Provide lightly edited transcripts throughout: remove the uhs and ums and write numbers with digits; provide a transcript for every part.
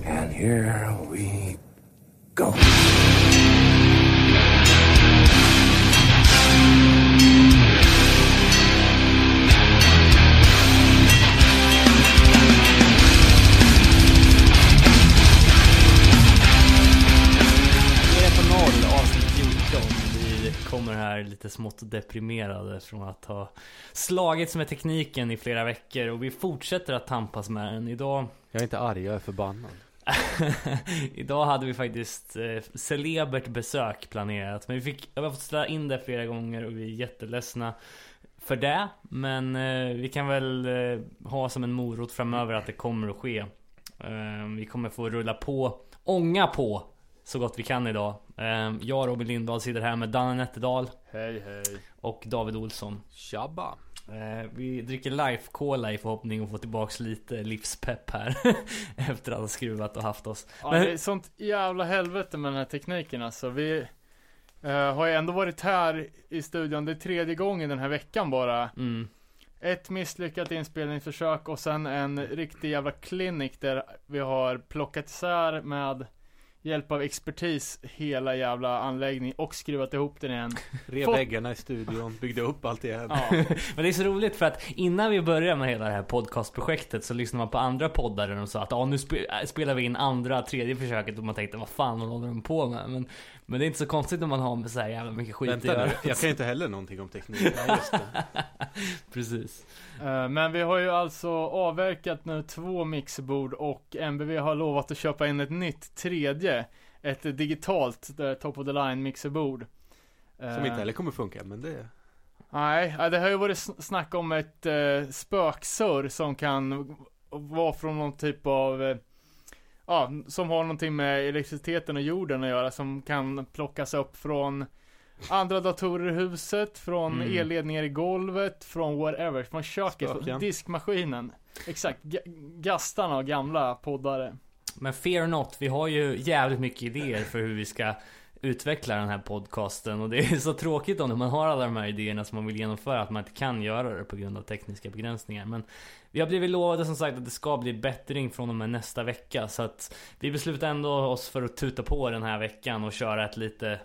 And here we go. Kommer här lite smått deprimerade från att ha slagits med tekniken i flera veckor, och vi fortsätter att tampas med den idag. Jag är inte arg, jag är förbannad. Idag hade vi faktiskt celebert besök planerat, men jag har fått ställa in det flera gånger och vi är jätteledsna för det. Men vi kan väl ha som en morot framöver att det kommer att ske. Vi kommer få rulla på, ånga på så gott vi kan idag. Jag, Robin Lindahl, sitter här med Danne Nätterdal. Hej, hej. Och David Olsson. Tjabba. Vi dricker life cola i förhoppning att få tillbaks lite livspepp här efter att ha skruvat och haft oss. Ja, det är sånt jävla helvete med den här tekniken alltså. Vi har ju ändå varit här i studion. Det är 3:e gången den här veckan bara. Ett misslyckat inspelningsförsök och sen en riktig jävla klinik där vi har plockat isär med hjälp av expertis hela jävla anläggning och skruvat ihop den igen. Rev väggarna i studion, byggde upp allt igen. Ja. Men det är så roligt för att innan vi började med hela det här podcastprojektet så lyssnade man på andra poddar där de sa att nu spelar vi in andra, tredje försöket, och man tänkte vad fan håller de på med? Men det är inte så konstigt om man har med så här jävla mycket skit att göra. Jag kan inte heller någonting om teknik. Nej, just det. Precis. Men vi har ju alltså avverkat nu 2 mixerbord och MBV har lovat att köpa in ett nytt tredje. Ett digitalt top of the line mixerbord. Som inte heller kommer funka, men det... Nej, det har ju varit snack om ett spöksör som kan vara från någon typ av... som har någonting med elektriciteten och jorden att göra, som kan plockas upp från andra datorer i huset, från elledningar i golvet, från whatever, från köket, från diskmaskinen. Exakt, gastarna och gamla poddare. Men fear not, vi har ju jävligt mycket idéer för hur vi ska utveckla den här podcasten, och det är så tråkigt om man har alla de här idéerna som man vill genomföra att man inte kan göra det på grund av tekniska begränsningar. Men vi har blivit lovade som sagt att det ska bli bättring från och med nästa vecka, så att vi beslutar ändå oss för att tuta på den här veckan och köra ett litet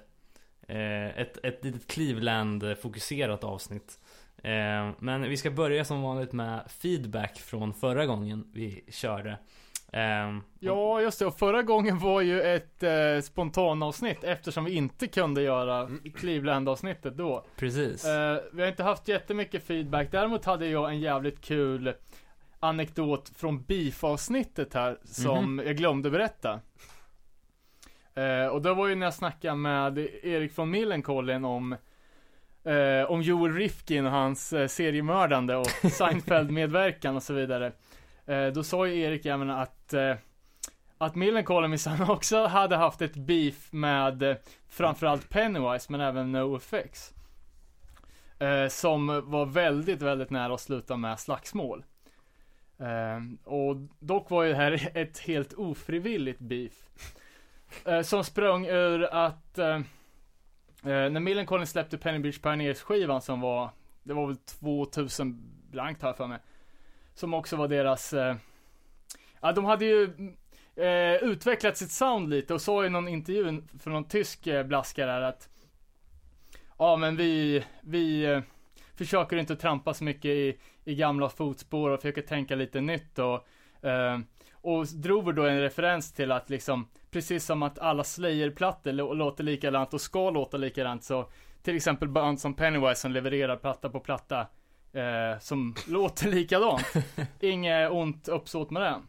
Cleveland-fokuserat avsnitt. Men vi ska börja som vanligt med feedback från förra gången vi körde. Ja, just det. Och förra gången var ju ett spontanavsnitt eftersom vi inte kunde göra Cleveland-avsnittet då. Precis. Vi har inte haft jättemycket feedback. Däremot hade jag en jävligt kul anekdot från Beef-avsnittet här som jag glömde berätta. Och då var ju när jag snackade med Erik från Millencolin om Joel Rifkin och hans seriemördande och Seinfeld-medverkan och så vidare. Då sa ju Erik även att Millencolin minsann också hade haft ett beef med framförallt Pennywise men även NoFX. Som var väldigt, väldigt nära att sluta med slagsmål. Och dock var ju det här ett helt ofrivilligt beef. Som sprang ur att när Millencolin släppte Penny Beach Pioneers-skivan som det var väl 2000 blankt här för mig, som också var deras de hade ju utvecklat sitt sound lite och sa i någon intervju för någon tysk blaskare där att men vi försöker inte trampa så mycket i gamla fotspår och försöker tänka lite nytt och drog då en referens till att liksom precis som att alla Slayer-plattor låter likadant och ska låta likadant, så till exempel band som Pennywise som levererar platta på platta som låter likadant. Inget ont uppsåt med det.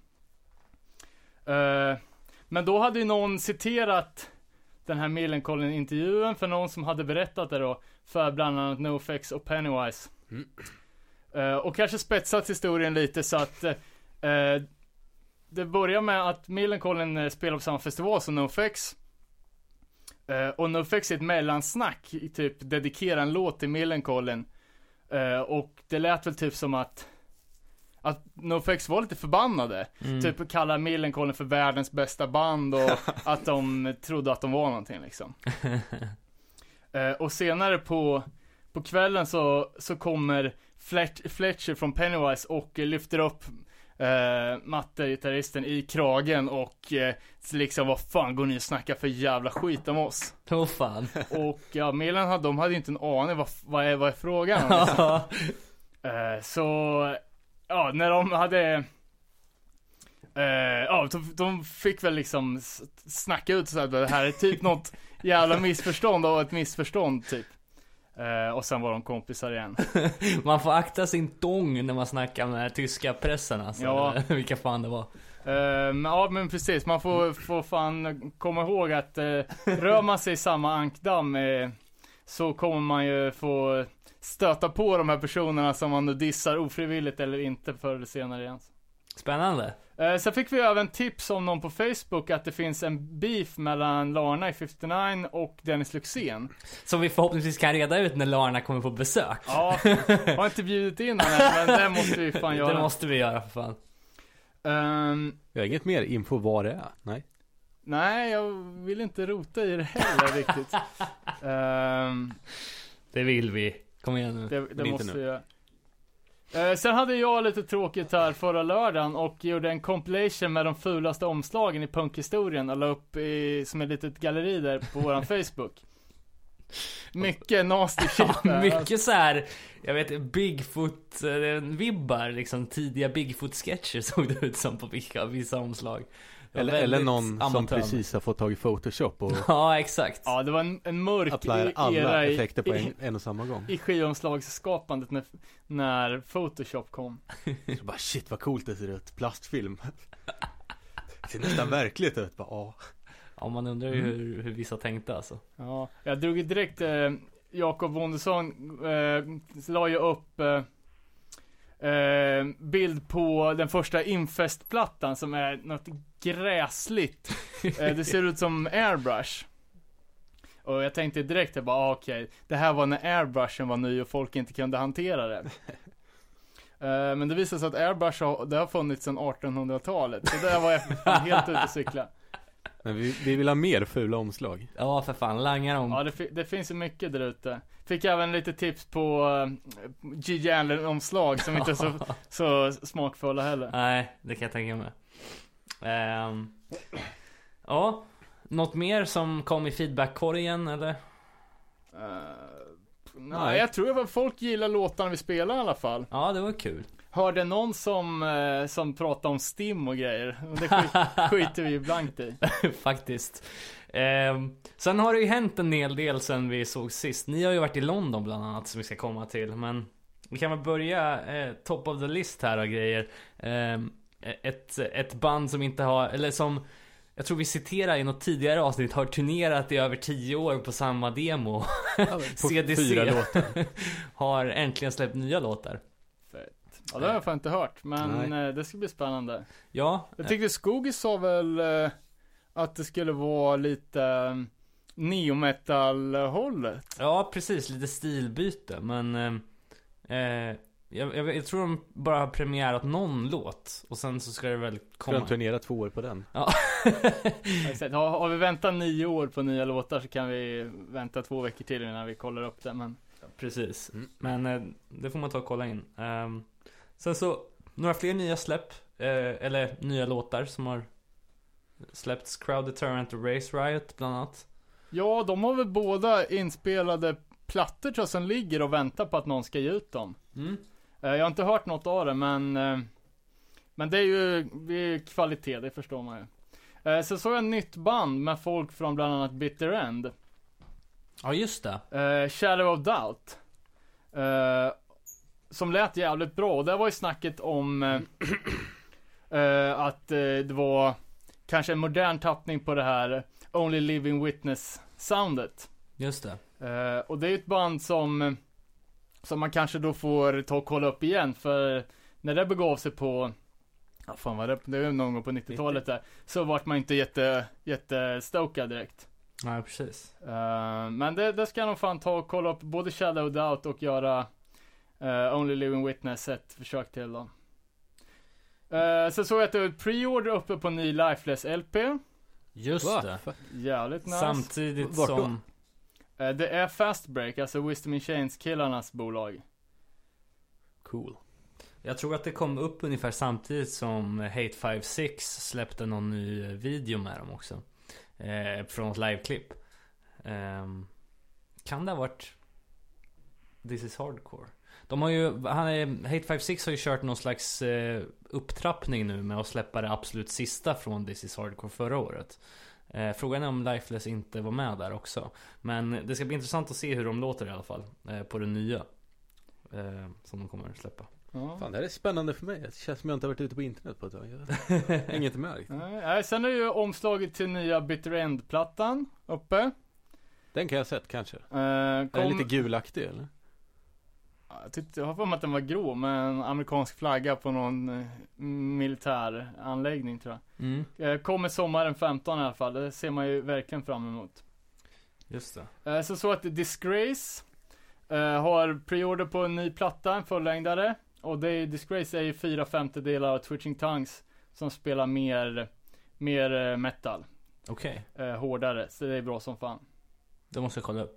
Men då hade ju någon citerat den här Millencolin-intervjun för någon som hade berättat det då för bland annat NoFX och Pennywise. Och kanske spetsat historien lite så att det börjar med att Millencolin spelar på samma festival som NoFX. Och NoFX är ett mellansnack, typ dedikerar en låt till Millencolin. Och det lät väl typ som att NoFX var lite förbannade. Typ kallar Millencolin för världens bästa band och att de trodde att de var någonting liksom. Och senare på kvällen så kommer Fletcher från Pennywise och lyfter upp Matte, gitarristen, i kragen och liksom, vad fan går ni och snackar för jävla skit om oss? Åh fan. Och ja, Milan de hade ju inte en aning vad är frågan om, liksom. Så ja, när de hade de fick väl liksom snacka ut så att det här är typ något jävla missförstånd av ett missförstånd typ. Och sen var de kompisar igen. Man får akta sin tång när man snackar med den här tyska pressen alltså. Ja. Vilka fan det var. Ja men precis, man får fan komma ihåg att rör man sig i samma ankdamm så kommer man ju få stöta på de här personerna som man nu dissar ofrivilligt eller inte förr eller senare igen. Spännande. Sen fick vi även tips om någon på Facebook att det finns en beef mellan Larna i 59 och Dennis Luxén. Som vi förhoppningsvis kan reda ut när Larna kommer på besök. Ja, har inte bjudit in honom men det måste vi fan göra. Det måste vi göra för fan. Jag har inget mer info vad det är. Nej. Nej, jag vill inte rota i det heller riktigt. Det vill vi. Kom igen nu. Det måste vi göra. Sen hade jag lite tråkigt här förra lördagen och gjorde en compilation med de fulaste omslagen i punkhistorien och la upp som ett litet galleri där på våran Facebook. Mycket nasty shit där. Mycket så här, jag vet, Bigfoot-vibbar liksom, tidiga Bigfoot-sketcher såg det ut som på vissa omslag. Eller någon som amatör. precis har fått tag i Photoshop och Ja, exakt. Ja, det var en mörk applyar alla era effekter på en och samma gång. i skivomslagsskapandet när Photoshop kom. Så bara shit vad coolt det ser ut, plastfilm. Det ser nästan verkligt ut. Bara, Ja, man undrar ju hur vissa tänkte alltså. Ja, jag drog ju direkt Jakob Wondesson la ju upp bild på den första Infest-plattan som är något gräsligt. Det ser ut som airbrush. Och jag tänkte direkt, jag bara okej, det här var när airbrushen var ny och folk inte kunde hantera det. Men det visade sig att airbrush det har funnits sedan 1800-talet. Så det var jag helt ute och cykla. Men vi vill ha mer fula omslag. Ja, för fan, langar dem. Ja, det finns ju mycket där ute. Fick även lite tips på G. Allen-omslag som inte är så smakfulla heller. Nej, det kan jag tänka mig. Ja, något mer som kom i feedback-korgen eller? Nej, jag tror att folk gillar låtarna vi spelar i alla fall. Ja, det var kul. Hörde någon som pratade om Stim och grejer. Det skiter vi ju blankt i. Faktiskt. Sen har det ju hänt en hel del sen vi såg sist. Ni har ju varit i London bland annat som vi ska komma till. Men vi kan väl börja top of the list här och grejer. Ett band som inte har, eller som jag tror vi citerar i något tidigare avsnitt, har turnerat i över 10 år på samma demo. På 4 låtar. Har äntligen släppt nya låtar. Ja, det har jag fan inte hört, men det ska bli spännande. Ja. Jag tyckte Skogis sa väl att det skulle vara lite neo-metal-hållet. Ja, precis, lite stilbyte, men jag tror de bara har premiärat någon låt och sen så ska det väl komma. Ska de turnera 2 år på den? Ja. Har vi väntat 9 år på nya låtar så kan vi vänta 2 veckor till innan vi kollar upp det, men precis. Men det får man ta och kolla in. Sen så några fler nya släpp eller nya låtar som har släppts. Crowd Deterrent och Race Riot bland annat. Ja, de har väl båda inspelade plattor tror jag, som ligger och väntar på att någon ska ge ut dem. Jag har inte hört något av det, men det är ju kvalitet, det förstår man ju. Så såg jag ett nytt band med folk från bland annat Bitter End. Ja, just det. Shadow of Doubt. Som lät jävligt bra. Och det var ju snacket om att det var kanske en modern tappning på det här Only Living Witness soundet. Just det. Och det är ju ett band som man kanske då får ta och kolla upp igen. För när det begav sig på fan vad det är någon gång på 90-talet där, så vart man inte jättestokad direkt. Nej, precis. Men det ska nog fan ta och kolla upp både Shadow of Doubt och göra Only Living Witness ett försök till då. Så såg jag att det var ett pre-order uppe på ny Lifeless LP. Just det. Jävligt nice. Samtidigt Vart som det är Fast Break, alltså Wisdom in Chains killarnas bolag. Cool. Jag tror att det kom upp ungefär samtidigt som Hate 56 släppte någon ny video med dem också. Från ett liveklipp. Kan det ha varit This is Hardcore? De har ju, Hate 56 har ju kört någon slags upptrappning nu med att släppa det absolut sista från This is Hardcore förra året. Frågan är om Lifeless inte var med där också. Men det ska bli intressant att se hur de låter i alla fall på det nya som de kommer att släppa. Ja. Fan, det här är spännande för mig. Det känns som jag inte har varit ute på internet på ett tag. Jag hänger inte med riktigt. Nej, sen är ju omslaget till nya Bitter End-plattan uppe. Den kan jag ha sett kanske. Är den lite gulaktig eller? Jag har för mig att den var grå med en amerikansk flagga på någon militär anläggning, tror jag. Kommer sommaren 15 i alla fall. Det ser man ju verkligen fram emot. Just det. Så att Disgrace har preorder på en ny platta, en fullängdare. Och Disgrace är ju 4/5 av Twitching Tongues som spelar mer metal. Okej. Hårdare, så det är bra som fan. Det måste jag kolla upp.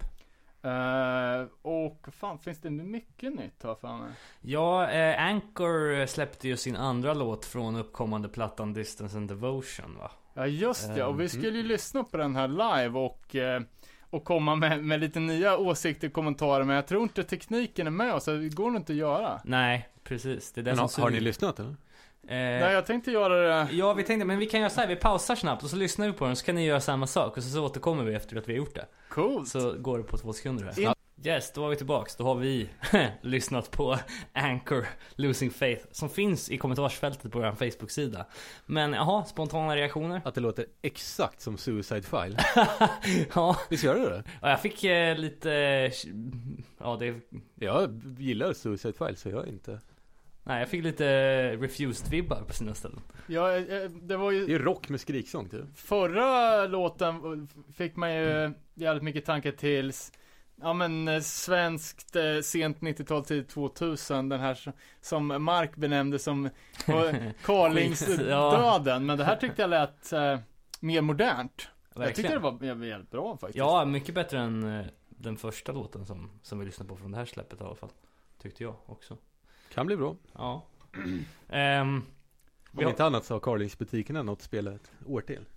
Och fan, finns det mycket nytt här för mig? Ja, Anchor släppte ju sin andra låt från uppkommande plattan Distance and Devotion, va? Ja, just det. Och vi skulle ju lyssna på den här live och komma med lite nya åsikter och kommentarer. Men jag tror inte tekniken är med, så det går nog inte att göra. Nej, precis. Det är det Men som har ni lyssnat eller? Nej, jag tänkte göra det. Ja, vi tänkte, men vi kan göra så här, vi pausar snabbt och så lyssnar vi på den, så kan ni göra samma sak och så återkommer vi efter att vi har gjort det. Coolt. Så går det på 2 sekunder här. Yes, då var vi tillbaks. Då har vi lyssnat på Anchor Losing Faith, som finns i kommentarsfältet på vår Facebook-sida. Men jaha, spontana reaktioner? Att det låter exakt som Suicide File. Ja. Visst gör det? Ja, jag fick lite... Ja, det... Jag gillar Suicide File, så jag inte... Nej, jag fick lite refused-vibbar på sina ställen. Ja, det var ju... Det är rock med skriksång typ. Förra låten fick man ju jävligt mycket tankar till... Ja, men svenskt sent 90-tal till 2000, den här som Mark benämnde som Carlingsdöden. Men det här tyckte jag lät mer modernt. Verkligen. Jag tyckte det var jävligt bra faktiskt. Ja, mycket bättre än den första låten som vi lyssnade på från det här släppet i alla fall. Tyckte jag också. Kan bli bra. Ja. Om inte annat så har Carlingsbutikerna något spela ett år till.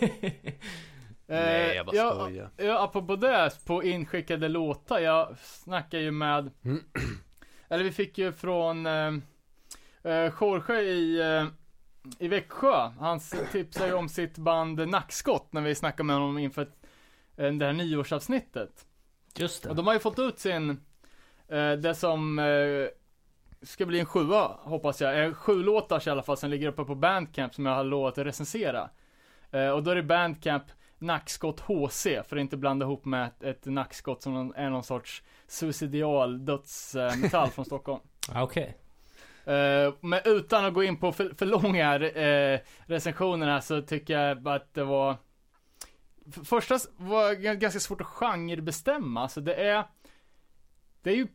Nej, jag bara skojar. Ja, apropå det, på inskickade låtar. Jag snackar ju med eller vi fick ju från Jorge i Växjö. Han tipsade ju om sitt band Nackskott när vi snackade med honom inför det här nyårsavsnittet. Just det. Och de har ju fått ut sin det som ska bli en 7, hoppas jag. 7 låtar i alla fall som ligger uppe på Bandcamp som jag har lovat att recensera. Och då är det Bandcamp Nackskott HC, för att inte blanda ihop med ett nackskott som är någon sorts suicidial dödsmetall från Stockholm. Okej. Men utan att gå in på för långa recensioner här, så tycker jag att det var... Första var ganska svårt att genrebestämma. Alltså det är ju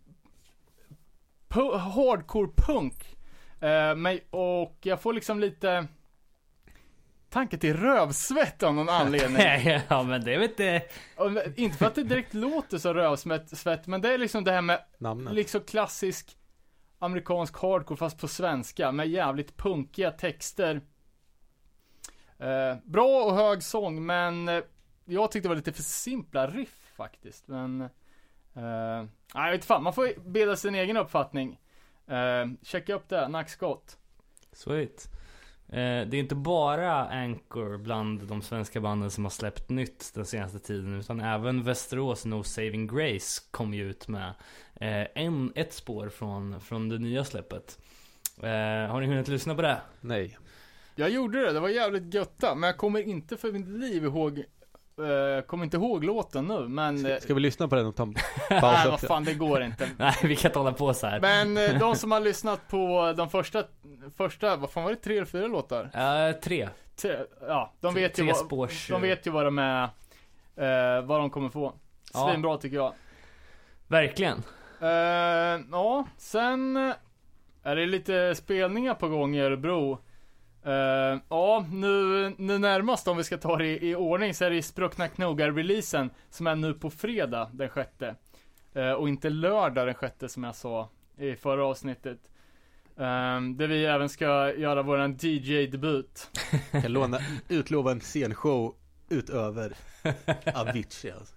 hardcore punk. Och jag får liksom lite tanke till rövsvett av någon anledning. Ja, men det vet jag. Inte för att det direkt låter så rövsvett, men det är liksom det här med namnet. Liksom klassisk amerikansk hardcore fast på svenska med jävligt punkiga texter. Bra och hög sång, men jag tyckte det var lite för simpla riff faktiskt. Men jag vet fan, man får bilda sin egen uppfattning. Checka upp det, Nackskott. Sweet. Det är inte bara Anchor bland de svenska banden som har släppt nytt den senaste tiden, utan även Västerås No Saving Grace kom ju ut med ett spår från det nya släppet. Har ni hunnit lyssna på det? Nej. Jag gjorde det var jävligt götta, men jag kommer inte för mitt liv ihåg kommer inte ihåg låten nu, men ska vi lyssna på den och ta en nej, paus vad också? fan, det går inte. Nej, vi kan inte hålla på så här. Men de som har lyssnat på de första, vad fan var det, 3 eller 4 låtar? 3. Ja, de vet ju vad de är, vad de kommer få. Svinbra tycker jag. Verkligen. Ja, sen är det lite spelningar på gång i Örebro. Ja, nu närmast, om vi ska ta det i ordning, så är det Spruckna Knogar-releasen som är nu på fredag den 6. Och inte lördag den 6 som jag sa i förra avsnittet. Där vi även ska göra våran DJ-debut. Kan utlova en scenshow utöver Avicii alltså.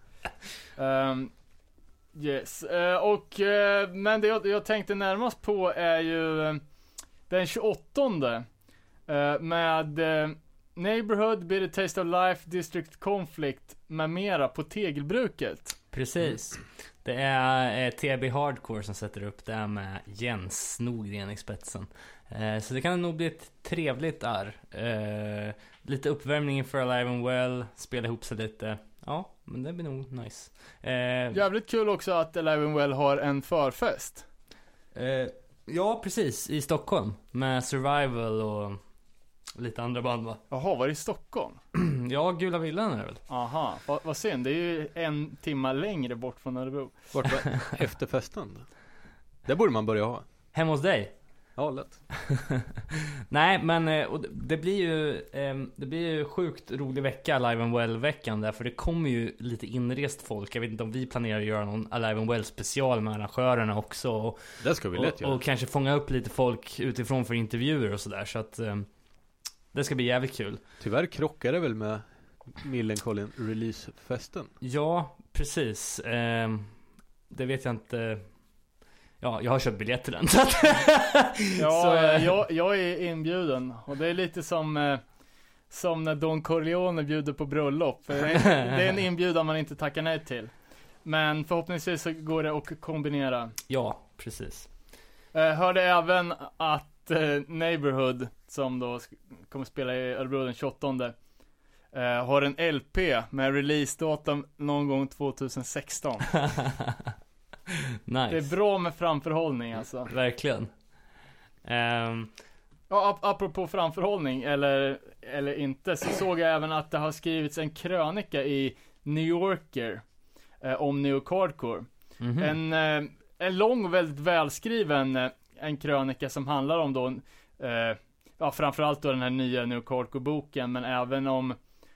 Yes. Men det jag tänkte närmast på är ju den 28 med Neighborhood, Bitter Taste of Life, District Conflict med mera på Tegelbruket. Precis. Det är TB Hardcore som sätter upp det här med Jens Nordgren i spetsen. Så det kan nog bli ett trevligt lite uppvärmning inför Alive and Well, spela ihop sig lite. Ja, men det blir nog nice. Jävligt kul också att Alive and Well har en förfest. Ja, precis. I Stockholm. Med Survival och lite andra band, va? Jaha, var det i Stockholm? Ja, Gula Villan är det väl? Aha, vad synd. Det är ju 1 timme längre bort från Örebro. Vart var efterfesten? Det borde man börja ha. Hemma hos dig? Ja, lätt. Nej, men och det blir ju sjukt rolig vecka, Alive and Well-veckan där, för det kommer ju lite inrest folk. Jag vet inte om vi planerar att göra någon Alive and Well-special med arrangörerna också. Och, det ska vi lätt göra. Och kanske fånga upp lite folk utifrån för intervjuer och sådär. Så att det ska bli jävligt kul. Tyvärr krockar det väl med Millencolin releasefesten. Ja, precis. Det vet jag inte. Ja, jag har köpt biljett till den. Ja, jag är inbjuden. Och det är lite som när Don Corleone bjuder på bröllop. Det är en inbjudan man inte tackar nej till. Men förhoppningsvis så går det att kombinera. Ja, precis. Hörde även att Neighborhood, som då kommer spela i Örebro den 28, har en LP med releasedatum någon gång 2016. Nice. Det är bra med framförhållning alltså. Verkligen. Ja, apropå framförhållning eller inte, så såg jag även att det har skrivits en krönika i New Yorker om New York Hardcore. Mm-hmm. En lång och väldigt välskriven en krönika som handlar om då framförallt då den här nya New York Hardcore-boken, men även om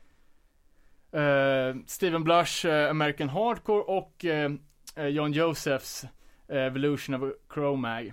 Stephen Blush American Hardcore och John Josephs Evolution of Cro-Mag.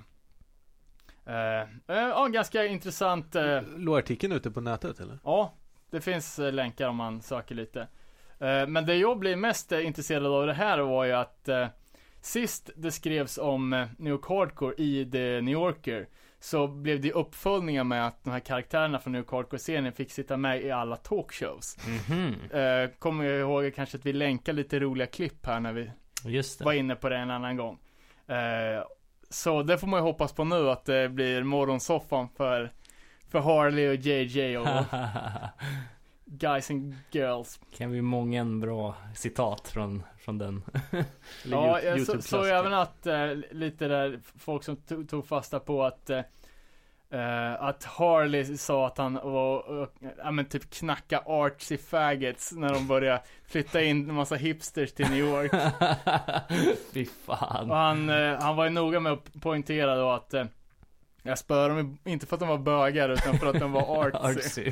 Ganska intressant. Låg artikeln ute på nätet eller? Ja, det finns länkar om man söker lite. Men det jag blir mest intresserad av det här var ju att sist det skrevs om New York Hardcore i The New Yorker, så blev det uppföljningar med att de här karaktärerna från New York Hardcore-serien fick sitta med i alla talkshows. Mm-hmm. Kommer jag ihåg kanske att vi länkar lite roliga klipp här när vi var inne på det en annan gång. Så det får man ju hoppas på nu, att det blir morgonsoffan för Harley och JJ och guys and girls. Kan vi många bra citat från den. Ja, jag såg även att lite där folk som tog fasta på att Harley sa att han var typ knacka artsy faggots när de började flytta in en massa hipsters till New York. Fy fan. Och han var ju noga med att poängtera då att jag spör dem inte för att de var bögar utan för att de var artsy.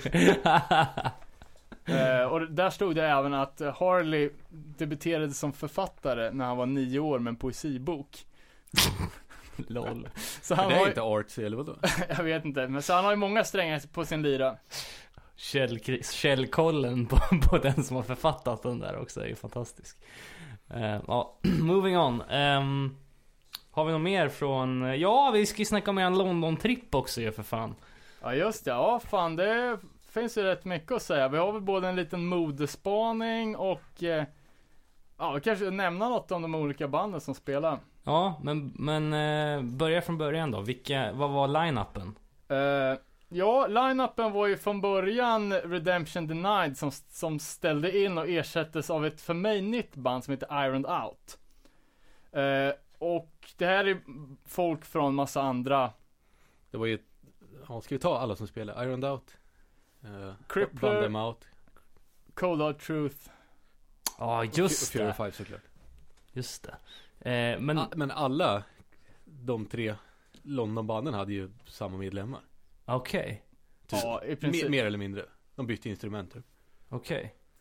Och där stod det även att Harley debuterade som författare när han var 9 år med en poesibok. Lol. Så han det är inte artsy eller vadå? Jag vet inte, men så han har ju många strängar på sin lyra. Källkollen på den som har författat den där också är ju fantastisk. Moving on. Har vi något mer från... Ja, vi ska ju snacka om en London-tripp också ju för fan. Ja just det, ja fan det finns ju rätt mycket att säga. Vi har väl både en liten modespaning och vi kanske nämna något om de olika banden som spelar. Ja, men börja från början då. Vad var line-upen? Line-upen var ju från början Redemption Denied som ställde in och ersattes av ett för mig nytt band som heter Ironed Out. Och det här är folk från massa andra. Det var ju ska vi ta alla som spelar? Ironed Out, Crippler, Them Out, Cold Hard Truth. Ja, just det. Fury 5 såklart. Just det. Men alla de 3 Londonbanden hade ju samma medlemmar. Okej. Ja, i princip. Mer eller mindre. De bytte instrumenter. Okej.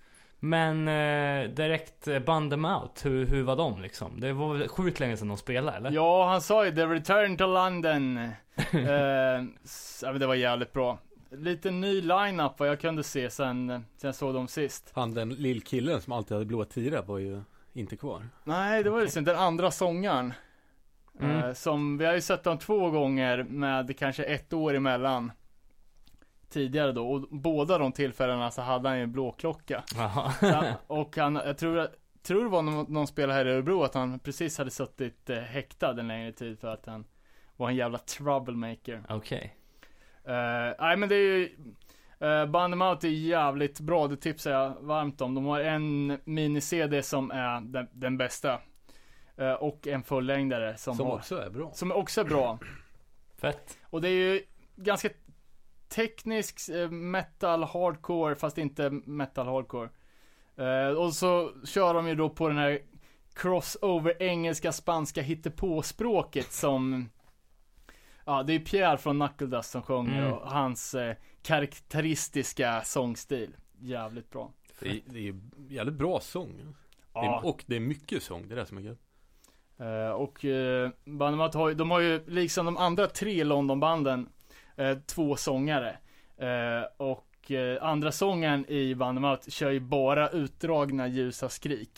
Men direkt Band Them Out, hur var de liksom? Det var väl sjukt länge sedan de spelade, eller? Ja, han sa ju The Return to London. Det var jävligt bra. Lite ny line-up vad jag kunde se sen jag såg dem sist. Han, den lillkillen som alltid hade blåa tira var ju inte kvar. Nej, det var liksom den andra sångaren. Som vi har ju sett dem 2 gånger med kanske 1 år emellan. Tidigare då, och båda de tillfällena så hade han ju en blå klocka. Och jag tror det var någon spelare här i Örebro att han precis hade suttit häktad en längre tid för att han var en jävla troublemaker. Okej. Nej men det är ju Band Them Out är jävligt bra, det tipsar jag varmt om. De har en mini-CD som är den bästa. Och en fullängdare som också är bra. Som också är bra. Fett. Och det är ju ganska teknisk metal hardcore, fast inte metal hardcore. Och så kör de ju då på den här crossover engelska spanska hittepå-språket som det är Pierre från Knuckle Dust som sjunger och hans karaktäristiska sångstil. Jävligt bra. Det är jävligt bra sång. Ja. Och det är mycket sång, det är det som är gött. Och Band Them Out de har ju liksom de andra 3 Londonbanden 2 sångare. Och andra sången i Band Them Out kör ju bara utdragna ljusa skrik.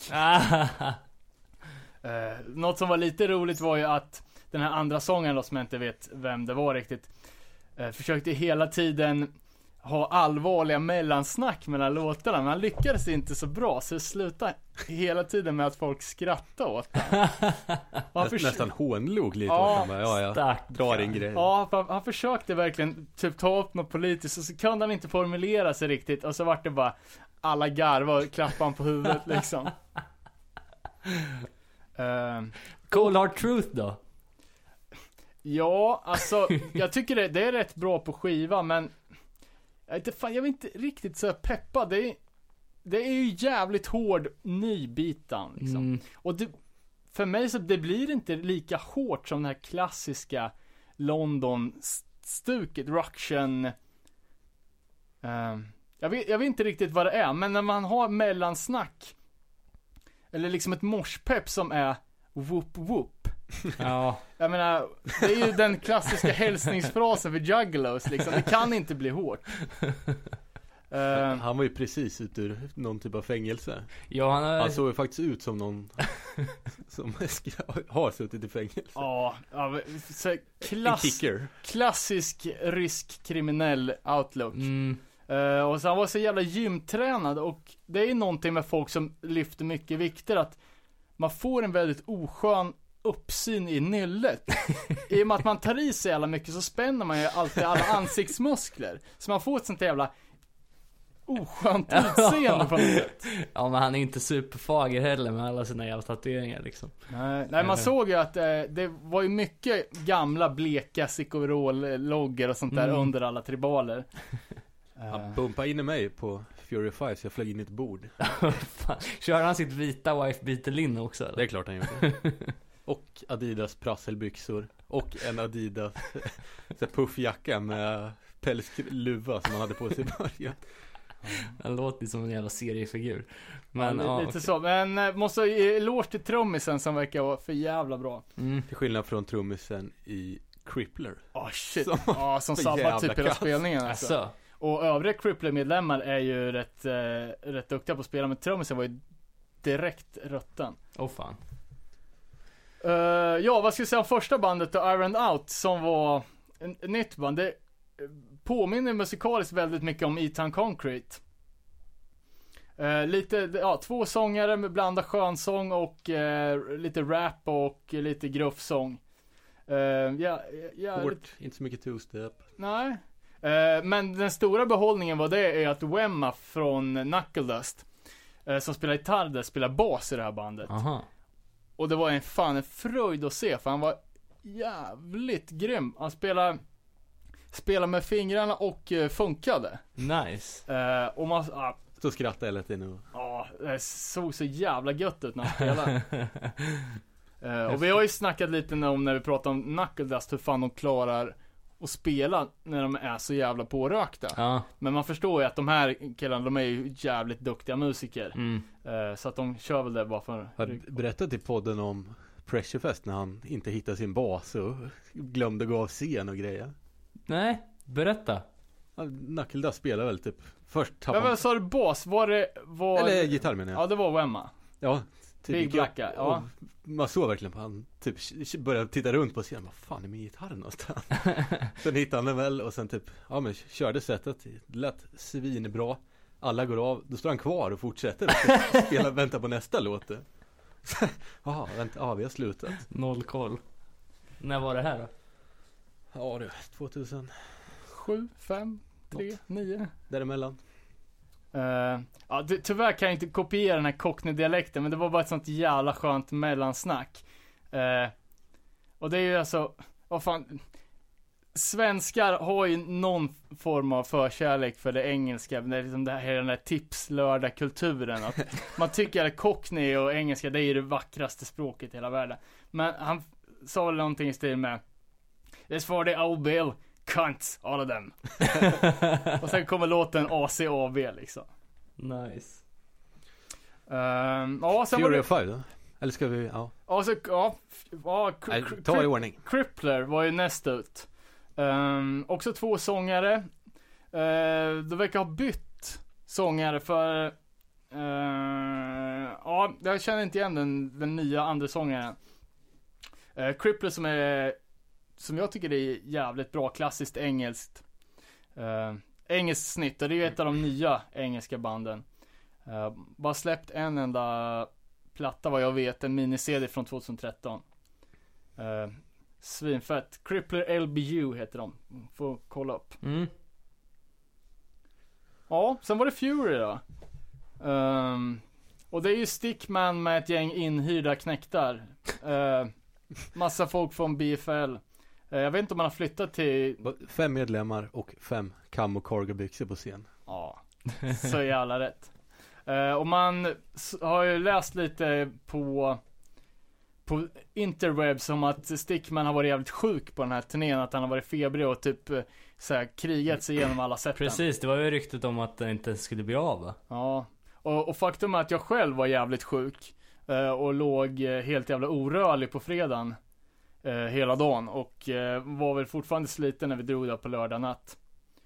Något som var lite roligt var ju att den här andra sången då, som jag inte vet vem det var riktigt, försökte hela tiden ha allvarliga mellansnack mellan låtarna, men han lyckades inte så bra, så det slutade hela tiden med att folk skrattade åt det. Nästan hånlog lite ja, åt honom. Drar in grejer. Ja, han försökte verkligen typ ta upp något politiskt, och så kunde han inte formulera sig riktigt, och så var det bara alla garva och klappan på huvudet liksom. Cold Hard Truth då? Ja, alltså jag tycker det är rätt bra på skiva, men jag vill inte riktigt så peppa. Det är ju jävligt hård nybitan liksom. Och för mig så det blir inte lika hårt som det här klassiska London-stuket, Ruction. Jag vet inte riktigt vad det är, men när man har mellansnack eller liksom ett morspepp som är whoop whoop. Ja. Jag menar, det är ju den klassiska hälsningsfrasen för juggalos liksom. Det kan inte bli hårt. Han var ju precis ut ur någon typ av fängelse. Ja, han såg ju faktiskt ut som någon som har suttit i fängelse. Ja, så klassisk riskkriminell outlook. Och så han var så jävla gymtränad, och det är någonting med folk som lyfter mycket vikter, att man får en väldigt oskön uppsyn i nyllet. I och med att man tar i sig alla mycket så spänner man ju alltid alla ansiktsmuskler. Så man får ett sånt jävla oskönt utseende på något sätt. Ja, men han är inte superfager heller med alla sina jävla tatueringar liksom. Nej, man såg ju att det var ju mycket gamla bleka Sicoverol-logger och sånt där under alla tribaler. Han bumpade in i mig på Fury 5 så jag flög in i ett bord. Kör han sitt vita wife-beater-linne också eller? Det är klart han gjorde. Och Adidas prasselbyxor. Och en Adidas puffjacka med pälsluva som han hade på sig i början. Han låter som en jävla seriefigur. Men, lite så. Men måste ge eloge till trummisen som verkar vara för jävla bra. Till skillnad från trummisen i Crippler. Shit. Som sabbar typ hela spelningen alltså. Och övriga Crippler-medlemmar är ju rätt duktiga på att spela, men trummisen var ju direkt rutten. Fan. Vad ska jag säga om första bandet då, Iron Out, som var ett nytt band. Det påminner musikaliskt väldigt mycket om Eton Concrete. Lite, 2 sångare med blanda skönsång och lite rap och lite gruffsång. Hårt, inte så mycket two-step. Nej. Men den stora behållningen var det är att Wemma från Knuckle Dust, som spelar gitarr där, spelar bas i det här bandet. Aha. Och det var en fröjd att se, för han var jävligt grym. Han spelade med fingrarna och funkade. Nice. Och man så skrattade jag lite nu. Ja, det såg så jävla gött ut när han spelade. Och vi har ju snackat lite om när vi pratar om Knuckle Dust, hur fan de klarar att spela när de är så jävla pårökta. Ja. Men man förstår ju att de här killarna, de är ju jävligt duktiga musiker. Så att de kör väl det bara för... Jag berättade i podden om Pressurefest när han inte hittade sin bas och glömde gå av scen och grejer. Nej, berätta. Knuckle Dust spelar väl typ först Ja, tappade vad sa du, bas? eller gitarr menar jag. Ja, det var Wemma. Ja, typ Big gick upp Blacka, ja. och man såg verkligen på han typ började titta runt på scenen. Vad fan är min gitarr någonstans? Sen hittade han den väl och sen typ men körde sättet. Det lät svinbra. Alla går av. Då står han kvar och fortsätter spela, vänta på nästa låt. Vänta, vi har slutat. Noll koll. När var det här då? Ja du, 2000 7, 5, 3, 9. däremellan. Tyvärr kan jag inte kopiera den här Cockney-dialekten, men det var bara ett sånt jävla skönt mellansnack. Och det är ju alltså, vad fan, svenskar har ju någon form av förkärlek för det engelska. Det är liksom det här, den där tipslördag-kulturen. Att man tycker att Cockney och engelska, det är ju det vackraste språket i hela världen. Men han sa väl någonting i stil med "It's for the old bill, cunts, all of them." Och sen kommer låten ACAB liksom. Nice. Sen Fury var det... of Five då? Eller ska vi, Ta i ordning. Crippler var ju näst ut. Också 2 sångare. De verkar ha bytt sångare för... jag känner inte igen den nya andra sångaren. Crippler som jag tycker är jävligt bra, klassiskt engelskt. Engelskt snitt, och det är ju ett av de nya engelska banden. Bara släppt en enda platta vad jag vet, en mini-CD från 2013. Svinfett. Crippler LBU heter de. Får kolla upp. Ja, sen var det Fury då. Och det är ju Stickman med ett gäng inhyrda knäktar. Massa folk från BFL. Jag vet inte om man har flyttat till... 5 medlemmar och 5 camo cargo-byxor på scen. Ja, så jävla rätt. Och man har ju läst lite på interwebs om att Stickman har varit jävligt sjuk på den här turnén. Att han har varit febrig och typ såhär krigat sig igenom alla sätten. Precis, det var ju ryktet om att den inte skulle bli av, va? Ja, och faktum är att jag själv var jävligt sjuk. Och låg helt jävla orörlig på fredagen. Hela dagen. Och var väl fortfarande sliten när vi drog där på lördag natt.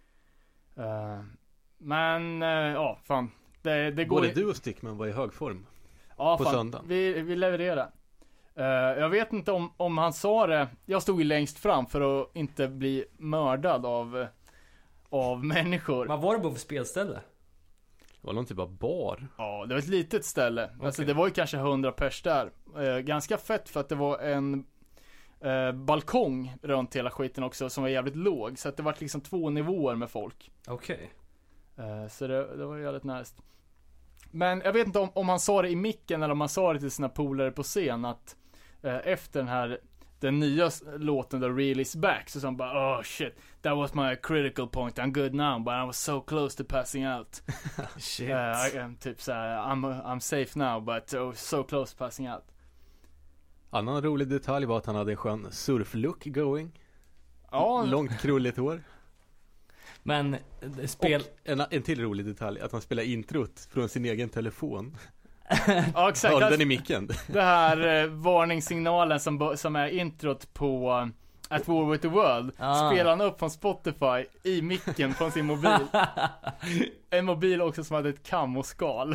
Men fan. Det går. Både du och Stickman var i hög form. Ja, på fan. söndagen. Vi levererade. Jag vet inte om han sa det. Jag stod ju längst fram för att inte bli mördad av människor. Vad var det på för spelställe? Det var någon typ av bar. Ja, det var ett litet ställe. Alltså det var ju kanske 100 pers där. Ganska fett för att det var en balkong runt hela skiten också som var jävligt låg. Så att det var liksom 2 nivåer med folk. Okej. Så det var jävligt nice. Men jag vet inte om han sa det i micken eller om han sa det till sina polare på scen att efter den nya låten The Real Is Back så sa han bara "Oh shit, that was my critical point, I'm good now but I was so close to passing out." Shit. Typ såhär I'm safe now but so close to passing out. Annan rolig detalj var att han hade en skön surflook going. Ja. Långt krulligt hår. Men Och en till rolig detalj, att han spelar introt från sin egen telefon. Ja, exakt. Hörde den i micken. Det här varningssignalen som är introt på At War With The World spelar han upp från Spotify i micken från sin mobil. En mobil också som hade ett kamoskal.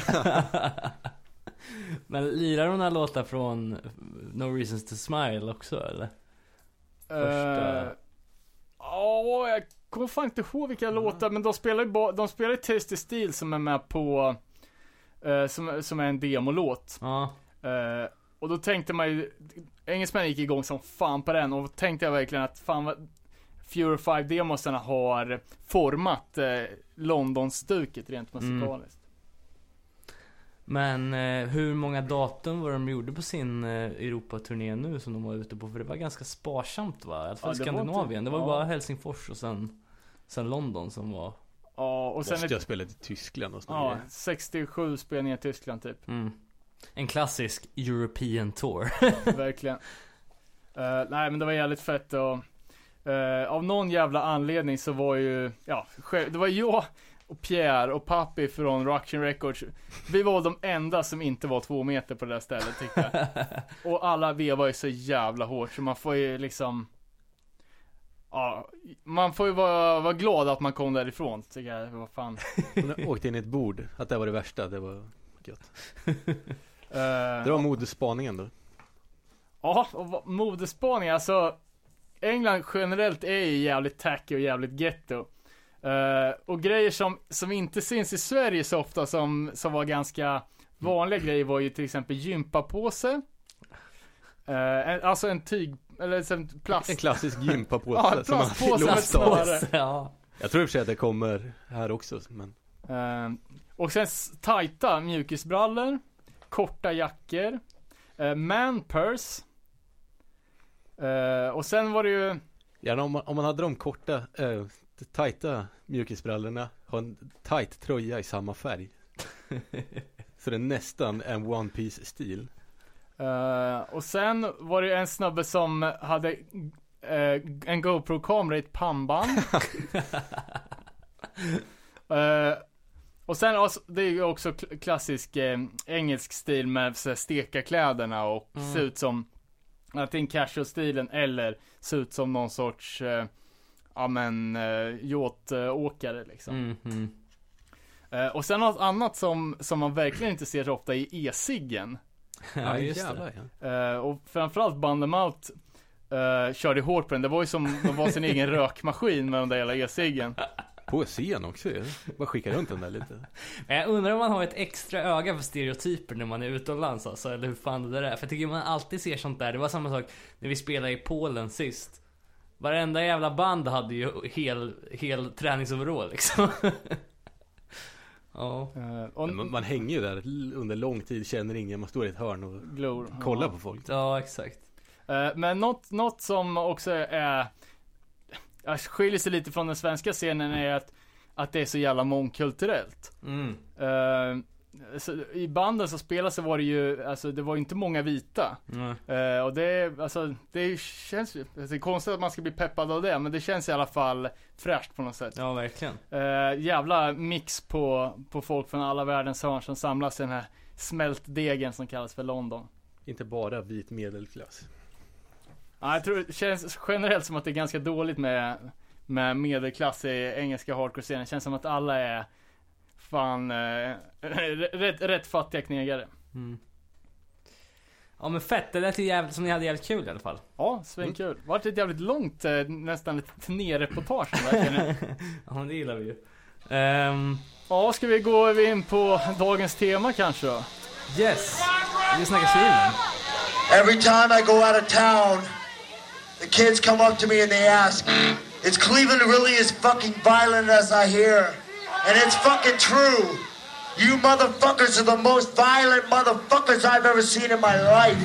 Men lirar de här låtar från No Reasons To Smile också, eller? Första... jag kommer fan inte ihåg vilka låtar, men de spelar ju Tasty Steel som är med på som är en demolåt. Och då tänkte man ju, engelsmännen gick igång som fan på den, och då tänkte jag verkligen att fan vad Fury 5 demosarna har format London-stuket rent musikaliskt. Men hur många datum var de gjorde på sin Europa-turné nu som de var ute på? För det var ganska sparsamt, va? I alla fall i Skandinavien. Det var bara Helsingfors och sen London som var... Ja, och sen... Måste jag spela i Tyskland och sånt. Ja, 67 spelningar i Tyskland typ. En klassisk European tour. Verkligen. Nej, men det var jävligt fett och Av någon jävla anledning så var ju, det var jag och Pierre och Pappi från Ruction Records. Vi var de enda som inte var 2 meter på det där stället, tyckte jag. Och alla vevar ju så jävla hårt, så man får ju liksom, man får ju vara glad att man kom därifrån, tycker jag. Vad fan. Hon åkte in i ett bord, att det var det värsta, det var gött. Det var modespaningen då. Ja, och modespaning, alltså England generellt är ju jävligt tacky och jävligt ghetto. Och grejer som inte syns i Sverige så ofta, som var ganska vanliga grejer, var ju till exempel gympapåse. Alltså en tyg, eller en plast. En klassisk gympapåse. Ja, en plastpåse med snöre. Ja. Jag tror i och för sig att det kommer här också, men... Och sen tajta mjukisbrallor, korta jackor, manpurse. Och sen var det ju... Gärna om man hade de korta, tajta mjukisbrallorna, ha en tight tröja i samma färg. Så det är nästan en One Piece-stil. Och sen var det en snubbe som hade en GoPro-kamera i ett pannband. Och sen, alltså, det är ju också klassisk engelsk stil med så här, steka kläderna och se ut som antingen casual-stilen eller se ut som någon sorts yachtåkare liksom. Och sen något annat som man verkligen inte ser så ofta är e-ciggen. Ja, just jävlar, det. ja. Och framförallt Bandemout körde hårt på den. Det var ju som de var sin egen rökmaskin med den där jävla e-ciggen. På scen också, ja. Bara skicka runt den där lite. Men jag undrar om man har ett extra öga för stereotyper när man är utomlands alltså, eller hur fan det där är. För jag tycker man alltid ser sånt där. Det var samma sak när vi spelade i Polen sist. Varenda jävla band hade ju hel träningsoverall liksom. Ja. Man hänger ju där under lång tid, känner ingen, man står i ett hörn och glor, kollar på folk. Ja, exakt. Men något som också är skiljer sig lite från den svenska scenen är att det är så jävla mångkulturellt. Så i banden så spelade så var det ju, alltså det var inte många vita. Och det känns ju, det är konstigt att man ska bli peppad av det, men det känns i alla fall fräscht på något sätt. Ja, verkligen. Jävla mix på folk från alla världens hörn som samlas i den här smältdegen som kallas för London. Inte bara vit medelklass. Ja, jag tror det känns generellt som att det är ganska dåligt med medelklass i engelska hardcore-scenen. Det känns som att alla är fan rätt fattiga knegare. Ja, men fett, det lät ju jävligt som ni hade jävligt kul i alla fall. Ja, svinkul. Vart ett jävligt långt, nästan ett turnéreportage där. Ja, men det gillar vi ju. Ja, ska vi gå in på dagens tema kanske då? Yes, vi snackar Cleveland. Every time I go out of town, the kids come up to me and they ask, is Cleveland really as fucking violent as I hear? And it's fucking true. You motherfuckers are the most violent motherfuckers I've ever seen in my life.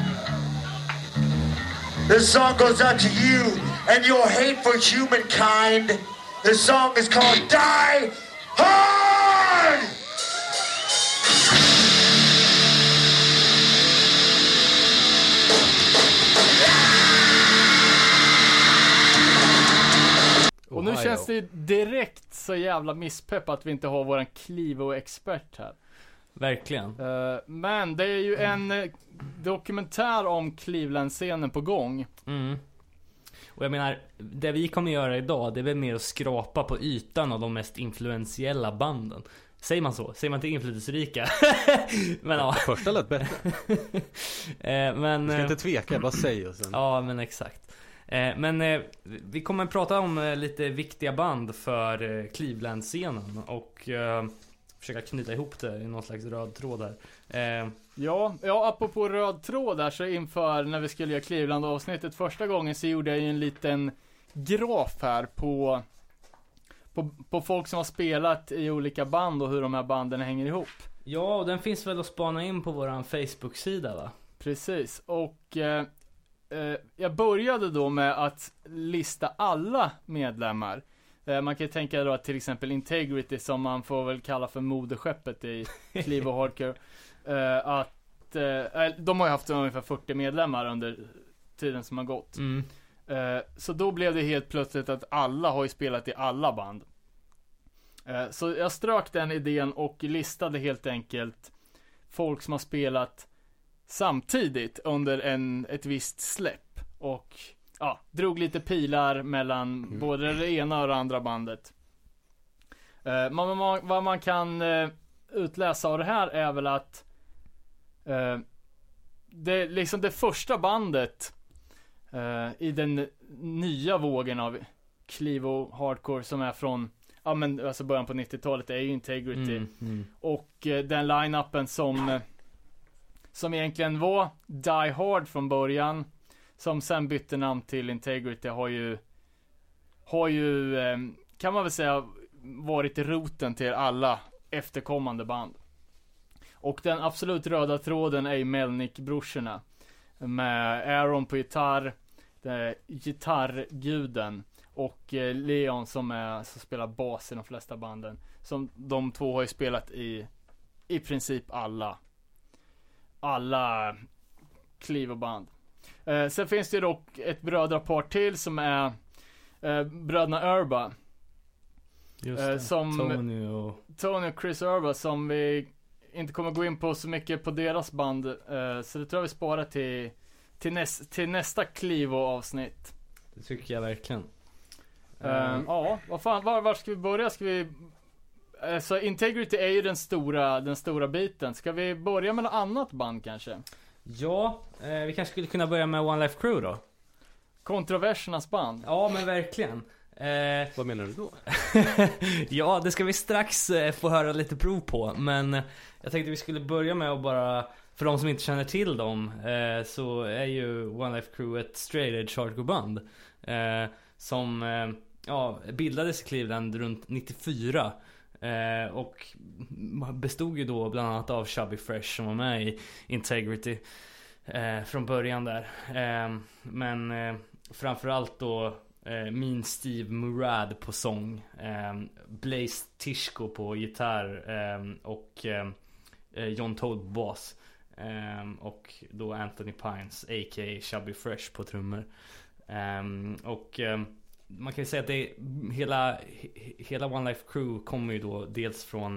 This song goes out to you and your hate for humankind. This song is called Die Hard! Och nu känns det direkt så jävla misspepp att vi inte har våran Clevo-expert här. Verkligen. Men det är ju en dokumentär om Cleveland-scenen på gång. Och jag menar, det vi kommer göra idag, det är väl mer att skrapa på ytan av de mest influentiella banden. Säger man så? Säger man inte inflytelserika? Men ja. Första lät bättre. Men ska inte tveka, bara säg och sen. Ja, men exakt. Men vi kommer att prata om lite viktiga band för Cleveland-scenen och försöka knyta ihop det i någon slags röd tråd här. Ja, apropå röd tråd där, så inför när vi skulle göra Cleveland-avsnittet första gången så gjorde jag ju en liten graf här på folk som har spelat i olika band och hur de här banden hänger ihop. Ja, och den finns väl att spana in på våran Facebook-sida, va? Precis, och jag började då med att lista alla medlemmar. Man kan ju tänka då att till exempel Integrity, som man får väl kalla för moderskeppet i Clevo Hardcore, de har ju haft ungefär 40 medlemmar under tiden som har gått. Så då blev det helt plötsligt att alla har ju spelat i alla band. Så jag strök den idén och listade helt enkelt folk som har spelat samtidigt under ett visst släpp. Och drog lite pilar mellan både det ena och det andra bandet. Vad man kan utläsa av det här är väl att det liksom det första bandet i den nya vågen av Clevo Hardcore som är från alltså början på 90-talet är ju Integrity. Och den line-upen som egentligen var Die Hard från början, som sen bytte namn till Integrity, har ju kan man väl säga varit roten till alla efterkommande band. Och den absolut röda tråden är Melnick-brorsorna med Aaron på gitarr, gitarrguden, och Leon som spelar bas i de flesta banden. Som de två har ju spelat i princip alla Clevo-band. Sen finns det dock ett brödrapar till som är bröderna Urba. Just det. Som Tony och Chris Urba, som vi inte kommer gå in på så mycket på deras band. Så det tror jag vi sparar till nästa Clevo-avsnitt. Det tycker jag verkligen. Var ska vi börja? Så Integrity är ju den stora biten. Ska vi börja med något annat band kanske? Ja, vi kanske skulle kunna börja med One Life Crew då. Kontroversernas band. Ja, men verkligen. Vad menar du då? Ja, det ska vi strax få höra lite prov på. Men jag tänkte vi skulle börja med att bara, för de som inte känner till dem, så är ju One Life Crew ett straight edge hardcore-band som bildades i Cleveland runt 94. Och bestod ju då bland annat av Chubby Fresh som var med i Integrity från början där. Men framförallt då Mean Steve Murad på sång, Blaze Tishko på gitarr, och John Todd på bas, och då Anthony Pines a.k.a. Chubby Fresh på trummor. Och man kan ju säga att hela One Life Crew kommer ju då dels från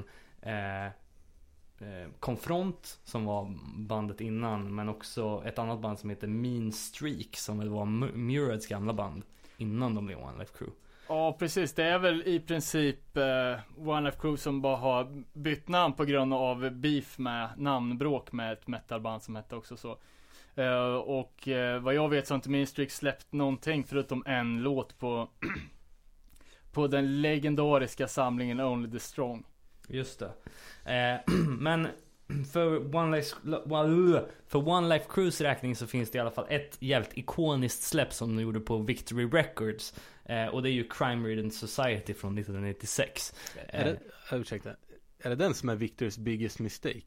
Confront, som var bandet innan, men också ett annat band som heter Mean Streak, som väl var Murads gamla band innan de blev One Life Crew. Ja, precis. Det är väl i princip One Life Crew som bara har bytt namn på grund av beef med namnbråk med ett metalband som hette också så. Och vad jag vet så har inte Mean Streak släppt någonting förutom en låt på den legendariska samlingen Only the Strong. Just det. Men för One Life Crews räkning så finns det i alla fall ett jävligt ikoniskt släpp som de gjorde på Victory Records, och det är ju Crime Ridden Society från 1996. Ursäkta, är det den som är Victor's biggest mistake?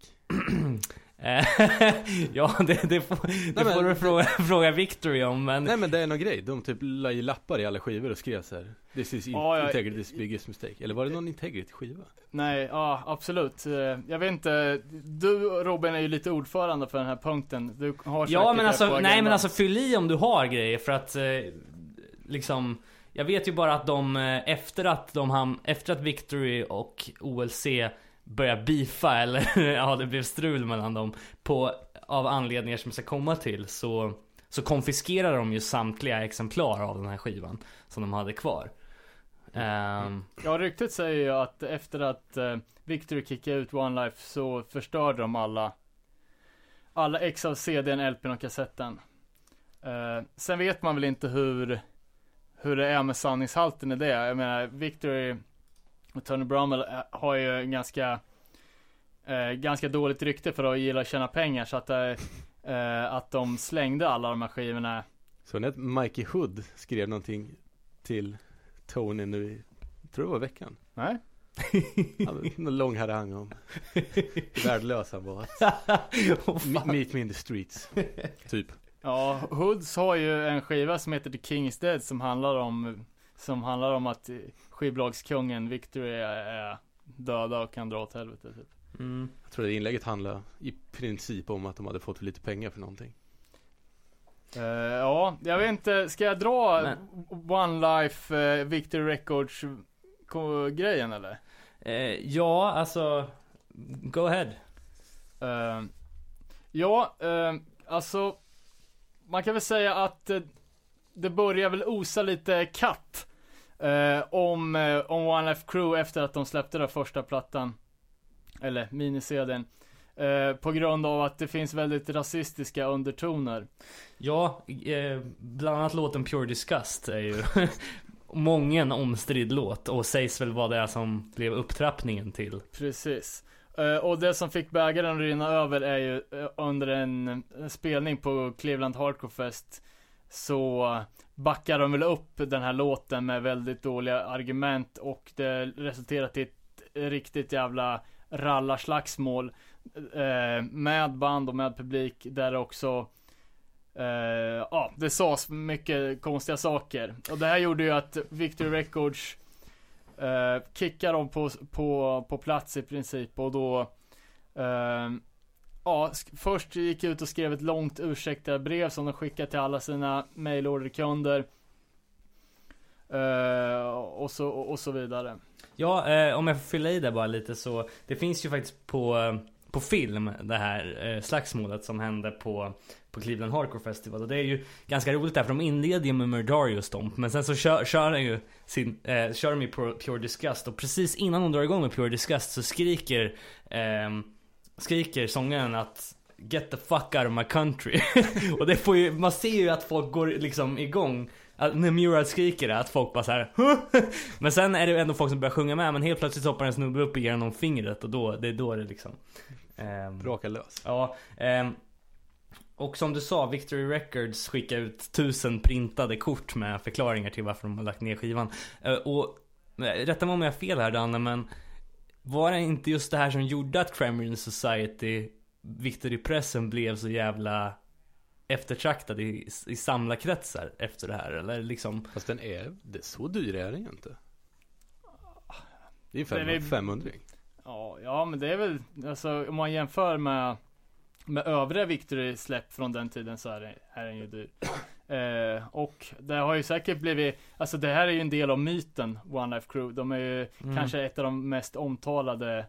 Ja, det får du fråga Victory om, men... Nej, men det är någon grej. De typ la i lappar i alla skivor och skrev så här: This is Integrity's biggest mistake. Eller var det någon Integrity-skiva? Nej, ja, absolut. Jag vet inte. Du, Robin, är ju lite ordförande för den här punkten. Du har men alltså fyll i om du har grejer, för att liksom... Jag vet ju bara att de efter att Victory och OLC började beefa, eller det blev strul mellan dem av anledningar som jag ska komma till, så konfiskerar de ju samtliga exemplar av den här skivan som de hade kvar. Ja, ryktet säger ju att efter att Victory kickade ut One Life så förstörde de alla ex av CD:n, LP:n och kassetten. Sen vet man väl inte hur det är med sanningshalten i det. Jag menar, Victory och Tony Brummel har ju ganska dåligt rykte för att gilla att tjäna pengar, så att de slängde alla de här skivorna. Så när Mikey Hood skrev någonting till Tony nu, tror det var veckan. Nej. Någon lång harang om värdelös han var. Meet me in the streets typ. Ja, Hoods har ju en skiva som heter The King is Dead, som handlar om att skivbolagskungen Victory är döda och kan dra åt helvete typ. Jag tror det inlägget handlar i princip om att de hade fått lite pengar för någonting. Ja, jag vet inte, ska jag dra Men- One Life Victory Records grejen eller? Ja, alltså go ahead. Alltså man kan väl säga att det börjar väl osa lite katt om One Life Crew efter att de släppte den första plattan, eller minisedeln, på grund av att det finns väldigt rasistiska undertoner. Ja, bland annat låten Pure Disgust är ju mången omstridd låt och sägs väl vara det som blev upptrappningen till. Precis. Och det som fick bägaren att rinna över är ju under en spelning på Cleveland Hardcore Fest, så backar de väl upp den här låten med väldigt dåliga argument, och det resulterat i ett riktigt jävla rallarslagsmål med band och med publik, där också det sades mycket konstiga saker. Och det här gjorde ju att Victory Records kickar dem på plats i princip, och då först gick ut och skrev ett långt ursäktarbrev som de skickade till alla sina mailorderkunder och så vidare. Ja, om jag får fylla i det bara lite, så det finns ju faktiskt på film det här slagsmålet som hände på Cleveland Hardcore Festival, och det är ju ganska roligt där, för de inleder ju med Murdario Stomp, men sen så kör de ju Pure Disgust, och precis innan de drar igång med Pure Disgust så skriker sångaren att "Get the fuck out of my country". Och det får ju, man ser ju att folk går liksom igång när Murad skriker det, att folk bara så här. Men sen är det ändå folk som börjar sjunga med, men helt plötsligt hoppar en snubbe upp och ger honom fingret, och då det liksom Braka lös. ja. Och som du sa, Victory Records skickar ut 1000 printade kort med förklaringar till varför de har lagt ner skivan. Och rätta mig om jag har fel här, Danne, men var det inte just det här som gjorde att Crime Reading Society, Victory-pressen, blev så jävla eftertraktad i samlarkretsar efter det här, eller liksom? Fast det är så dyr är den ju inte. Det är 500. Ja, men det är väl, alltså om man jämför med övriga Victory-släpp från den tiden, så är den ju dyr. Och det har ju säkert blivit, alltså det här är ju en del av myten One Life Crew. De är ju kanske ett av de mest omtalade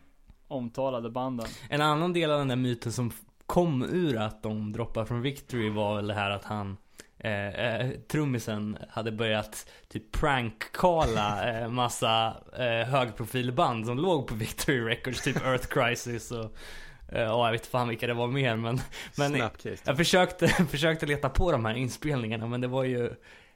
banden. En annan del av den där myten som kom ur att de droppar från Victory var väl det här att han trummisen hade börjat typ prank-calla massa högprofilband som låg på Victory Records, typ Earth Crisis och jag vet fan vilka det var mer, men Snapcase. jag försökte leta på de här inspelningarna, men det var ju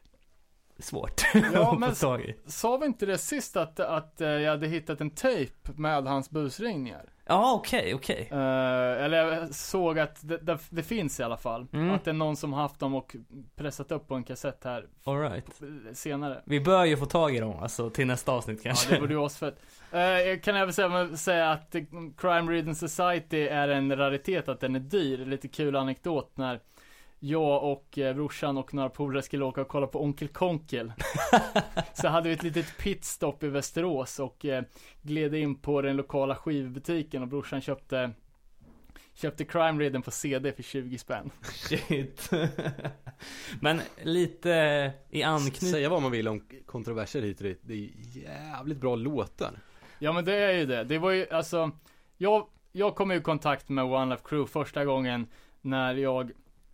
svårt Ja, att men få tag i. sa vi inte det sist att jag hade hittat en tejp med hans busringningar? Ja, okej. Eller jag såg att det finns i alla fall. Att det är någon som haft dem och pressat upp på en kassett här. All right. Senare. Vi bör ju få tag i dem, alltså till nästa avsnitt kanske. Ja, det borde ju asfett. Jag kan även säga att Crime Reading Society är en raritet, att den är dyr. Lite kul anekdot när jag och brorsan och några polare skulle åka och kolla på Onkel Konkel. Så hade vi ett litet pitstop i Västerås och gled in på den lokala skivbutiken, och brorsan köpte Crime Reading på CD för 20 spänn. Shit. Men lite i anknytning. Säga vad man vill om kontroverser hit och dit. Det är jävligt bra låtar. Ja, men det är ju det. Det var ju, alltså, jag kom i kontakt med One Life Crew första gången när jag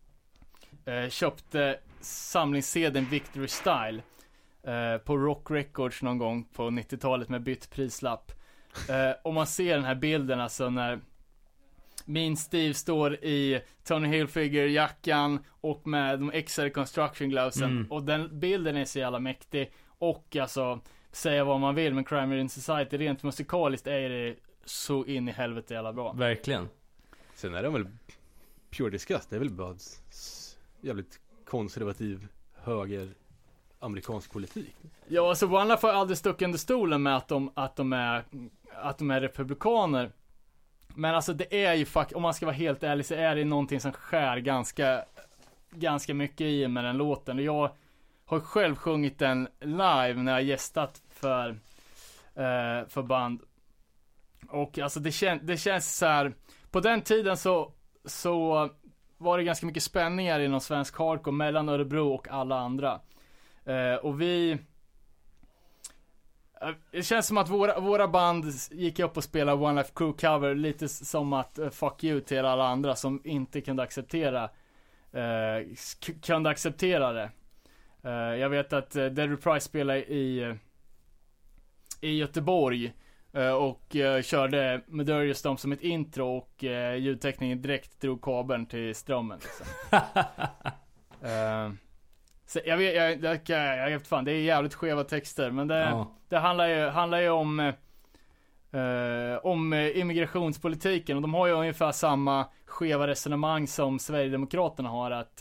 köpte samlingssedeln Victory Style på Rock Records någon gång på 90-talet med bytt prislapp. Och man ser den här bilden, alltså när min Steve står i Tony Hilfiger-jackan och med de XR Construction Glovesen. Och den bilden är så jävla mäktig. Och alltså, säga vad man vill, men Crime Reading Society rent musikaliskt är det så in i helvete jävla bra. Verkligen. Sen är det väl Pure Disgust, det är väl bara jävligt konservativ höger amerikansk politik. Ja, alltså One Life har aldrig stuckit under stolen med att de är republikaner. Men alltså det är ju om man ska vara helt ärlig, så är det någonting som skär ganska mycket i med den låten. Och jag har själv sjungit den live när jag gästat för band. Och alltså det känns så här, på den tiden så var det ganska mycket spänningar inom svensk hardcore mellan Örebro och alla andra. Och det känns som att våra band gick upp och spelade One Life Crew cover lite som att fuck you till alla andra som inte kunde acceptera det. Jag vet att Dead Reprise spelade i Göteborg och körde Medurious Stomp som ett intro och ljudtekningen direkt drog kabeln till strömmen liksom. Så jag vet fan, det är jävligt skeva texter, men det handlar ju om immigrationspolitiken, och de har ju ungefär samma skeva resonemang som Sverigedemokraterna har, att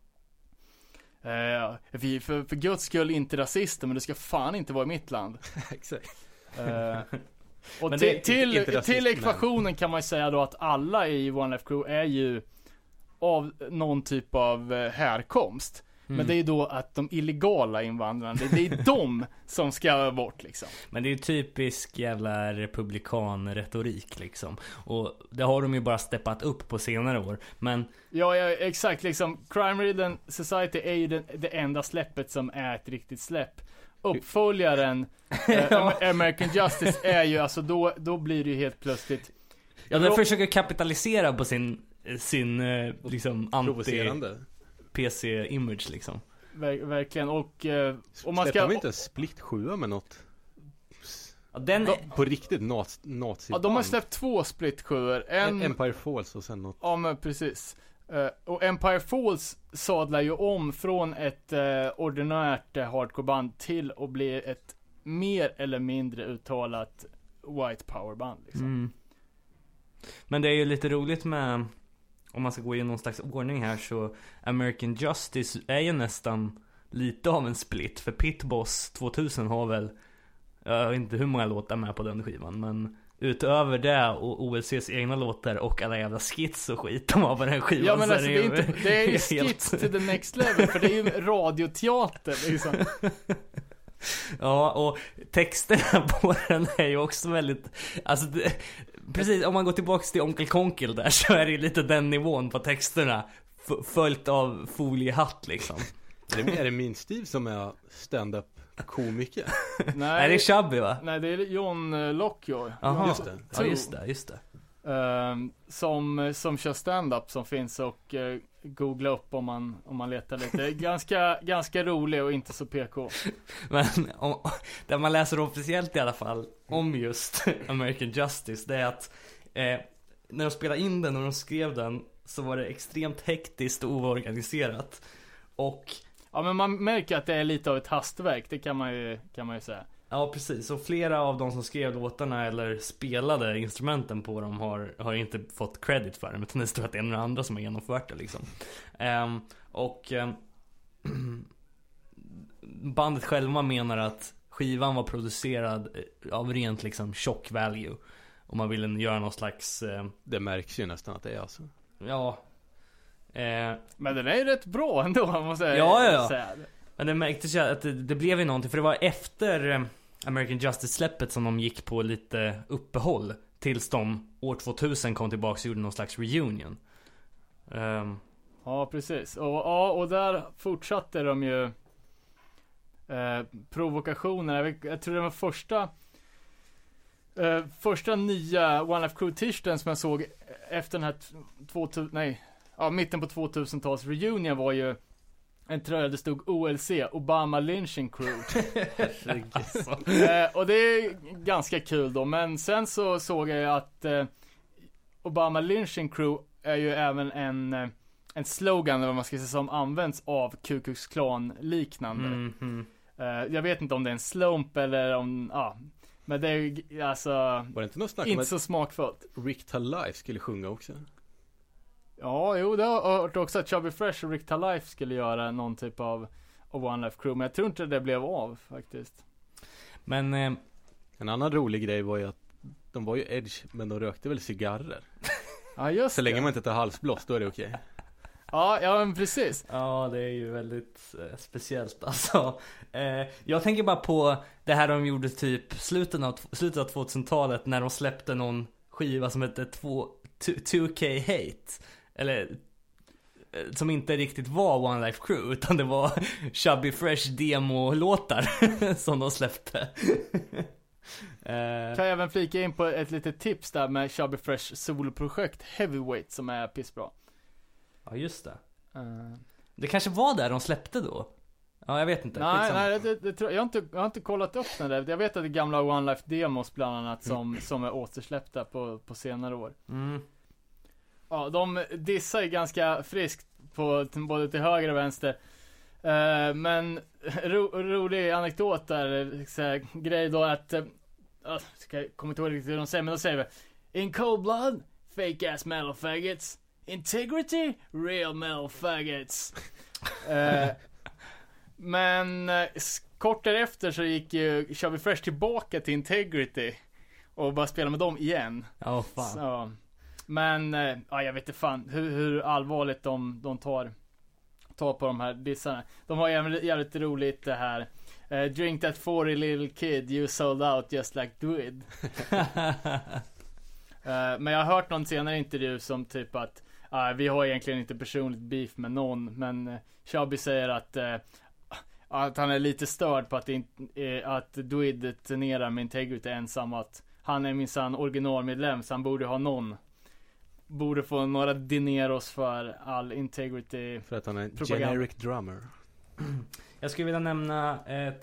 vi är för guds skull inte rasister, men det ska fan inte vara i mitt land. Exakt. Och till ekvationen kan man ju säga då att alla i One Life Crew är ju av någon typ av härkomst. Men det är då att de illegala invandrarna, det är de som ska bort liksom. Men det är ju typisk jävla republikan-retorik liksom. Och det har de ju bara steppat upp på senare år. Men ja, exakt liksom. Crime Ridden Society är ju det enda släppet som är ett riktigt släpp. Uppföljaren American Justice är ju, alltså då blir det ju helt plötsligt. Ja, den försöker kapitalisera på sin liksom provocerande PC-image liksom. Verkligen, och om man ska... de inte en split 7 med något? Ja, den på riktigt nazi. Ja, de har släppt 2 split 7. En Empire Falls och sen något. Ja, men precis. Och Empire Falls sadlar ju om från ett ordinärt hardcore-band till att bli ett mer eller mindre uttalat white power-band liksom. Men det är ju lite roligt med, om man ska gå i någon slags ordning här, så American Justice är ju nästan lite av en split. För Pitboss 2000 har väl, jag vet inte hur många låtar med på den skivan, men utöver det och OLCs egna låtar och alla jävla skits och skit de har på den skivan. Ja, men alltså, det är ju skits till the next level, för det är ju radioteater liksom. Ja, och texterna på den är ju också väldigt, alltså precis, om man går tillbaka till Onkel Konkel där, så är det ju lite den nivån på texterna, följt av foliehatt liksom. Är det min stil som är stand-up komiker? Nej, är det Chubby va? Nej, det är John Lockjaw. Just det. Som kör stand-up som finns, och googla upp om man letar lite. Ganska rolig och inte så PK. Men där man läser officiellt i alla fall om just American Justice, det är att när de spelade in den och de skrev den, så var det extremt hektiskt och oorganiserat. Och ja, men man märker att det är lite av ett hastverk, det kan man ju säga. Ja, precis. Och flera av de som skrev låtarna eller spelade instrumenten på dem har inte fått credit för det, utan det står att det är några andra som har genomfört det liksom. Bandet själva menar att skivan var producerad av rent liksom shock value, och man ville göra någon slags det märks ju nästan att det är alltså. Ja. Men den är ju rätt bra ändå, man måste säga. Men det märktes ju att det blev ju någonting, för det var efter American Justice-släppet som de gick på lite uppehåll tills de år 2000 kom tillbaka och gjorde någon slags reunion. Ja, precis. Och där fortsatte de ju provokationerna. Jag tror det var första nya One Life Crew t-shirten som jag såg efter den här mitten på 2000-tals reunion var ju en tröja där det stod OLC, Obama Lynching Crew. Och det är ganska kul då. Men sen så såg jag att Obama Lynching Crew är ju även en slogan, vad man ska säga, som används av Ku Klux Klan liknande. Jag vet inte om det är en slump eller om men det är ju alltså var det inte något snack inte om så smakfullt. Rick Talife skulle sjunga också? Ja, jo, det har jag hört också att Chubby Fresh och Rick Talife skulle göra någon typ av One Life Crew, men jag tror inte det blev av faktiskt. Men en annan rolig grej var ju att de var ju edge, men de rökte väl cigarrer. Ja, just så länge man inte tar halsblås, då är det okej. Ja, men precis. Ja, det är ju väldigt speciellt alltså. Jag tänker bara på det här de gjorde typ slutet av 2000-talet, när de släppte någon skiva som hette 2K Hate. Eller som inte riktigt var One Life Crew, utan det var Chubby Fresh demo-låtar som de släppte. Kan jag även flika in på ett litet tips där med Chubby Fresh soloprojekt Heavyweight som är pissbra. Ja, just det. Det kanske var där de släppte då. Ja, jag vet inte. Nej, det tror jag har inte kollat upp den där. Jag vet att det gamla One Life demos bland annat som är återsläppta på senare år. Ja, de dissar ju ganska friskt på både till höger och vänster. Men rolig anekdot där, så här, grej då att jag kommer inte ihåg riktigt hur de säger, men de säger väl: in cold blood, fake ass metal faggots. Integrity, real metal faggots. Men kort därefter så gick ju Chubby Fresh tillbaka till Integrity och bara spela med dem igen. Ja, fan. Så, men jag vet inte fan hur allvarligt de tar på de här dissarna. De har jävligt roligt det här. Drink that 40 little kid, you sold out just like Druid. Men jag har hört någon senare intervju som typ att vi har egentligen inte personligt beef med någon, men Chubby säger att han är lite störd på att Druid turnerar med Integrity ensam, att han är minsann originalmedlem, så han borde få några dineros för all Integrity, för att han är propaganda. generic drummer. Jag skulle vilja nämna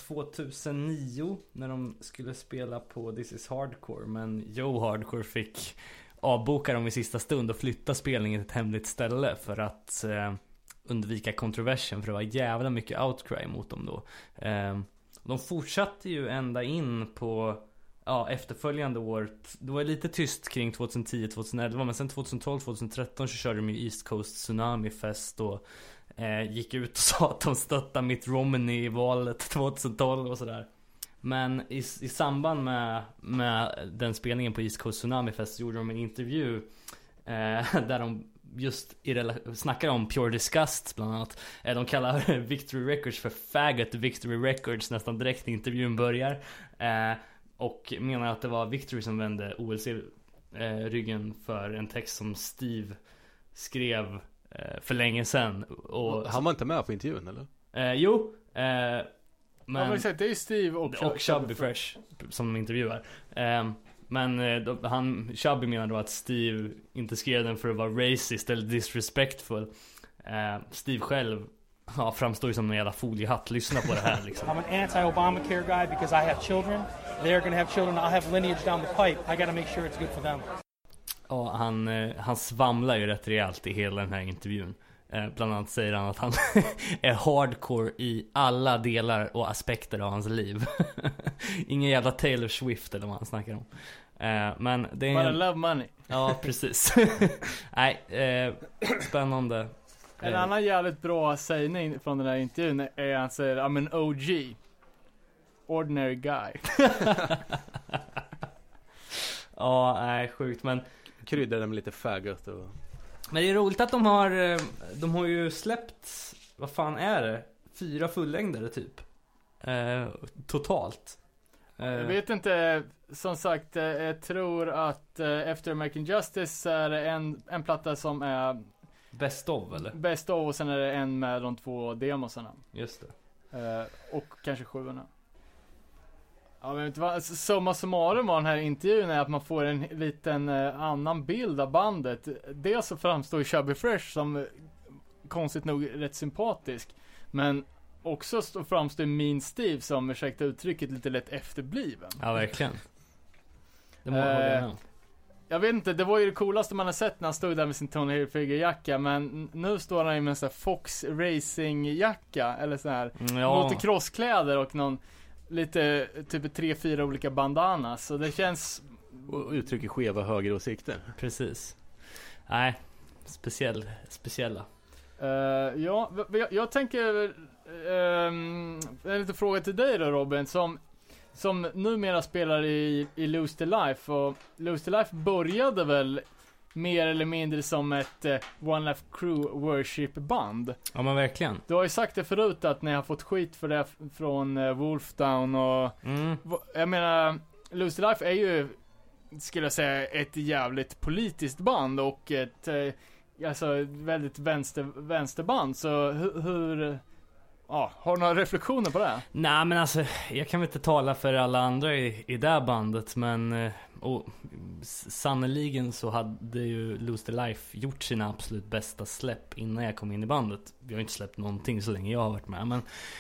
2009 när de skulle spela på This is Hardcore, men Joe Hardcore fick avboka dem i sista stund och flytta spelningen till ett hemligt ställe för att undvika kontroversen, för det var jävla mycket outcry mot dem då. De fortsatte ju ända in på efterföljande år. Det var lite tyst kring 2010-2011, men sen 2012-2013 så körde de ju East Coast Tsunami Fest och gick ut och sa att de stöttade Mitt Romney i valet 2012 och sådär. Men i samband med den spelningen på East Coast Tsunami Fest gjorde de en intervju där de just snackar om Pure Disgust bland annat. De kallar Victory Records för Faggot Victory Records nästan direkt när intervjun börjar. Och menar att det var Victory som vände OLC ryggen för en text som Steve skrev för länge sedan. Och han var inte med på intervjun, eller? Jo, men exakt, det är ju Steve och Chubby Fresh som intervjuar. Men Chubby menar då att Steve inte skrev den för att vara racist eller disrespectful. Steve själv framstår ju som en jävla foliehatt. Lyssna på det här liksom. I'm an anti-Obamacare guy because I have children. They're gonna have children. I'll have lineage down the pipe. I gotta make sure it's good for them. Ja, han svamlar ju rätt rejält i hela den här intervjun. Bland annat säger han att han är hardcore i alla delar och aspekter av hans liv. Ingen jävla Taylor Swift eller vad han snackar om. Men det är bara love money. Ja, precis. Nej, spännande. En annan jävligt bra sägning från den här intervjun är han säger I'm an OG. Ordinary guy. Ja, nej, sjukt, men kryddar dem lite faggot och... Men det är roligt att de har ju släppt, vad fan är det? 4 fullängdare typ. Totalt. Jag vet inte, som sagt, jag tror att efter American Justice är det en platta som är Best of, eller? Best of, och sen är det en med de 2 demosarna. Just det. Och kanske 7:orna. Ja, men vet du vad? Summa summarum av den här intervjun är att man får en liten annan bild av bandet. Dels så framstår Chubby Fresh som konstigt nog rätt sympatisk, men också framstår Mean Steve som, ursäkta uttrycket, lite lätt efterbliven. Ja, verkligen. Det må jag hålla med om. Jag vet inte, det var ju det coolaste man har sett när han stod där med sin Tony Hilfiger-jacka, men nu står han ju med en sån här Fox Racing-jacka, eller så här motocrosskläder och någon lite typ 3-4 olika bandanas, så det känns... Och uttrycker skeva högeråsikter. Precis. Nej, speciella. Ja, jag tänker en liten fråga till dig då, Robin, som numera spelar i Lose the Life, och Lose the Life började väl mer eller mindre som ett One Life Crew worship band. Ja, men verkligen. Du har ju sagt det förut att ni har fått skit för det från Wolfdown och jag menar, Lose the Life är ju, skulle jag säga, ett jävligt politiskt band och ett alltså väldigt vänsterband, så hur har du några reflektioner på det? Nej, men alltså, jag kan väl inte tala för alla andra i det här bandet, men sannoliken så hade ju Lose the Life gjort sina absolut bästa släpp innan jag kom in i bandet. Vi har inte släppt någonting så länge jag har varit med,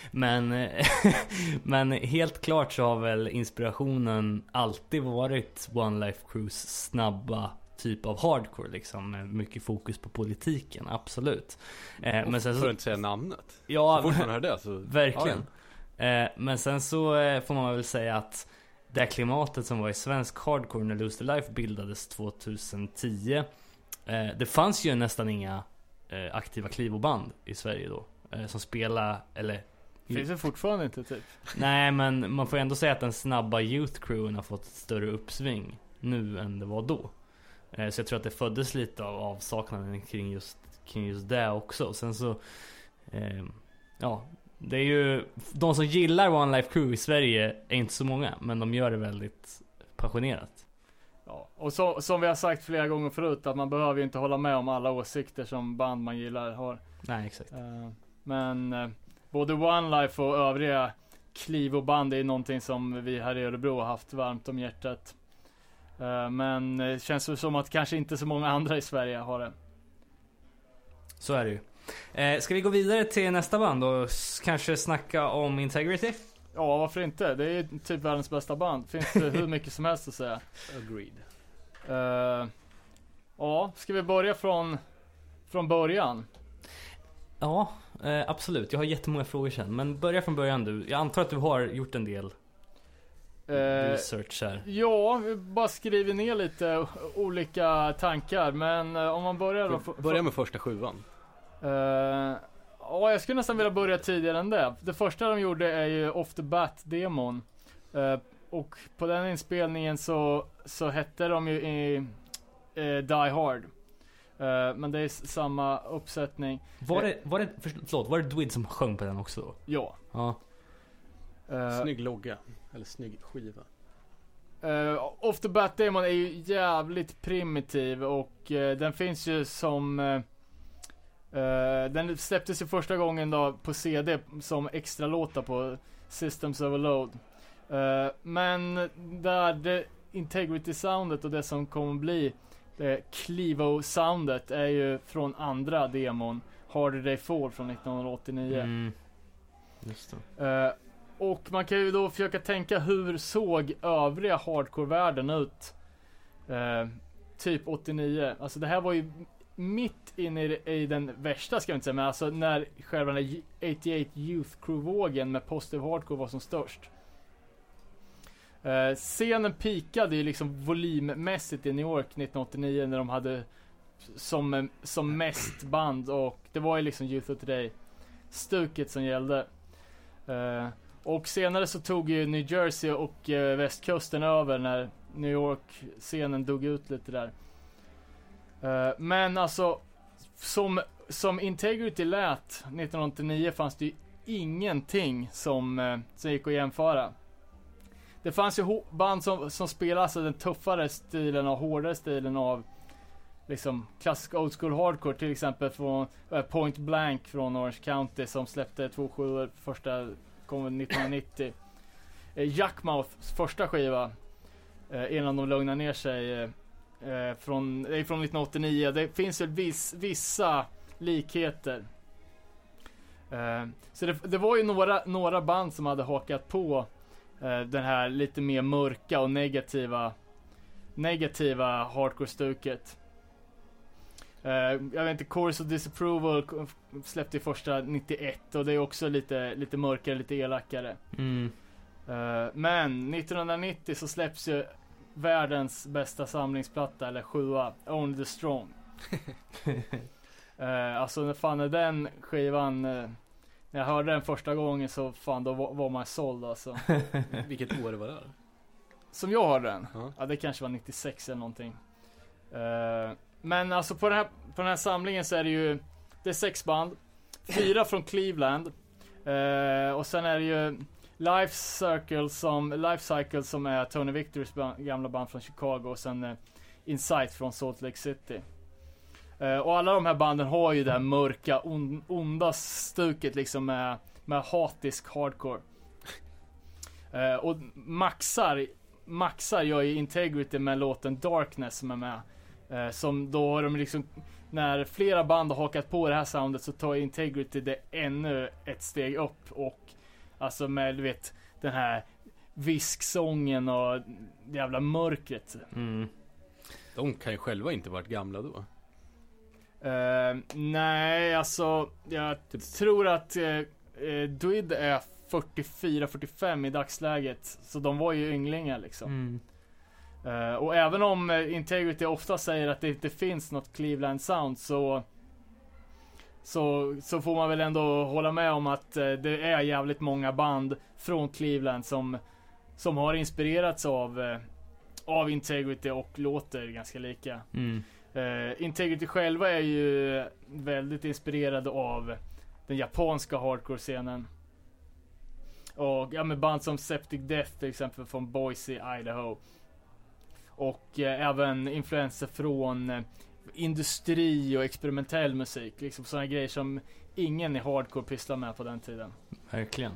men helt klart så har väl inspirationen alltid varit One Life Crews snabba typ av hardcore liksom, med mycket fokus på politiken, absolut. Men sen så, för att inte säga namnet. ja, Så fort man hör det så verkligen. Men sen så får man väl säga att det här klimatet som var i svensk hardcore när Lose the Life bildades 2010, det fanns ju nästan inga aktiva klivoband i Sverige då som spelar, eller Finns det fortfarande inte typ? nej, men man får ändå säga att den snabba youth crewen har fått ett större uppsving nu än det var då. Så jag tror att det föddes lite av avsaknaden kring just det också. Sen så det är ju de som gillar One Life Crew i Sverige är inte så många, men de gör det väldigt passionerat. Ja, och så, som vi har sagt flera gånger förut, att man behöver ju inte hålla med om alla åsikter som band man gillar har. Nej, exakt. Men både One Life och övriga klivoband är någonting som vi här i Örebro har haft varmt om hjärtat. Men det känns ju som att kanske inte så många andra i Sverige har det. Så är det ju. Ska vi gå vidare till nästa band och kanske snacka om Integrity? Ja, varför inte? Det är ju typ världens bästa band. Finns det hur mycket som helst att säga. Agreed. Ja, ska vi börja från början? Ja, absolut. Jag har jättemånga frågor sen, men börja från början du. Jag antar att du har gjort en del research här. Ja, vi bara skriver ner lite olika tankar. Men om man börjar då... Börja med första 7:an. Ja, jag skulle nästan vilja börja tidigare än det. Det första de gjorde är ju Off the Bat-demon. Och på den inspelningen så hette de ju Die Hard. Men det är samma uppsättning. Var det Dwid som sjöng på den också då? Ja. Snygg logga. Eller snygg skiva. Off the Bat Demon är ju jävligt primitiv. Och den finns ju som den släpptes ju första gången då på CD som extra låtar på Systems Overload. Men där det Integrity soundet och det som kommer bli Clivo soundet är ju från andra demon, Harder They Fall från 1989. Just det. Och man kan ju då försöka tänka, hur såg övriga hardcore-världen ut typ 89. Alltså det här var ju mitt inne i den värsta, ska jag inte säga, men alltså när själva den 88 Youth Crew-vågen med positive hardcore var som störst. Scenen pikade ju liksom volymmässigt i New York 1989 när de hade som mest band, och det var ju liksom Youth of Today stuket som gällde. Och senare så tog ju New Jersey och västkusten över när New York-scenen dog ut lite där. Men alltså som Integrity lät 1989 fanns det ju ingenting som gick att jämföra. Det fanns ju band som spelade alltså den tuffare stilen och hårdare stilen av liksom klassisk old school hardcore, till exempel från Point Blank från Orange County som släppte 2/7 första kom 1990. Jackmouths första skiva innan de lugnade ner sig från 1989. Det finns väl vissa likheter. Så det var ju några band som hade hakat på den här lite mer mörka och negativa hardcore-stuket. Jag vet inte, Chorus of Disapproval släppte i första 91 och det är också lite mörkare, lite elakare. Men 1990 så släpps ju världens bästa samlingsplatta, eller 7:a, Only the Strong. Alltså när fan är den skivan, när jag hörde den första gången så fan då var man såld alltså. Vilket år var det? Som jag hörde den? Ja, det kanske var 96 eller någonting. Men alltså på den här samlingen så är det är 6 band. 4 från Cleveland. Och sen är det ju Life Cycle som är Tony Victorys gamla band från Chicago, och sen Insight från Salt Lake City. Och alla de här banden har ju det här mörka, onda stuket liksom med hatisk hardcore. Och maxar gör ju Integrity med låten Darkness som är med. Som då har de liksom, när flera band har hakat på det här soundet så tar Integrity det ännu ett steg upp. Och alltså med, du vet, den här visksången och det jävla mörkret. De kan ju själva inte varit gamla då. Nej, alltså jag tror att Dwid är 44-45 i dagsläget. Så de var ju ynglingar liksom. Och även om Integrity ofta säger att det inte finns något Cleveland sound så får man väl ändå hålla med om att det är jävligt många band från Cleveland som har inspirerats av Integrity och låter ganska lika. Integrity själva är ju väldigt inspirerade av den japanska hardcore-scenen. Och ja, med band som Septic Death till exempel från Boise, Idaho. Och även influenser från industri och experimentell musik. Liksom sådana grejer som ingen i hardcore pysslar med på den tiden. Verkligen.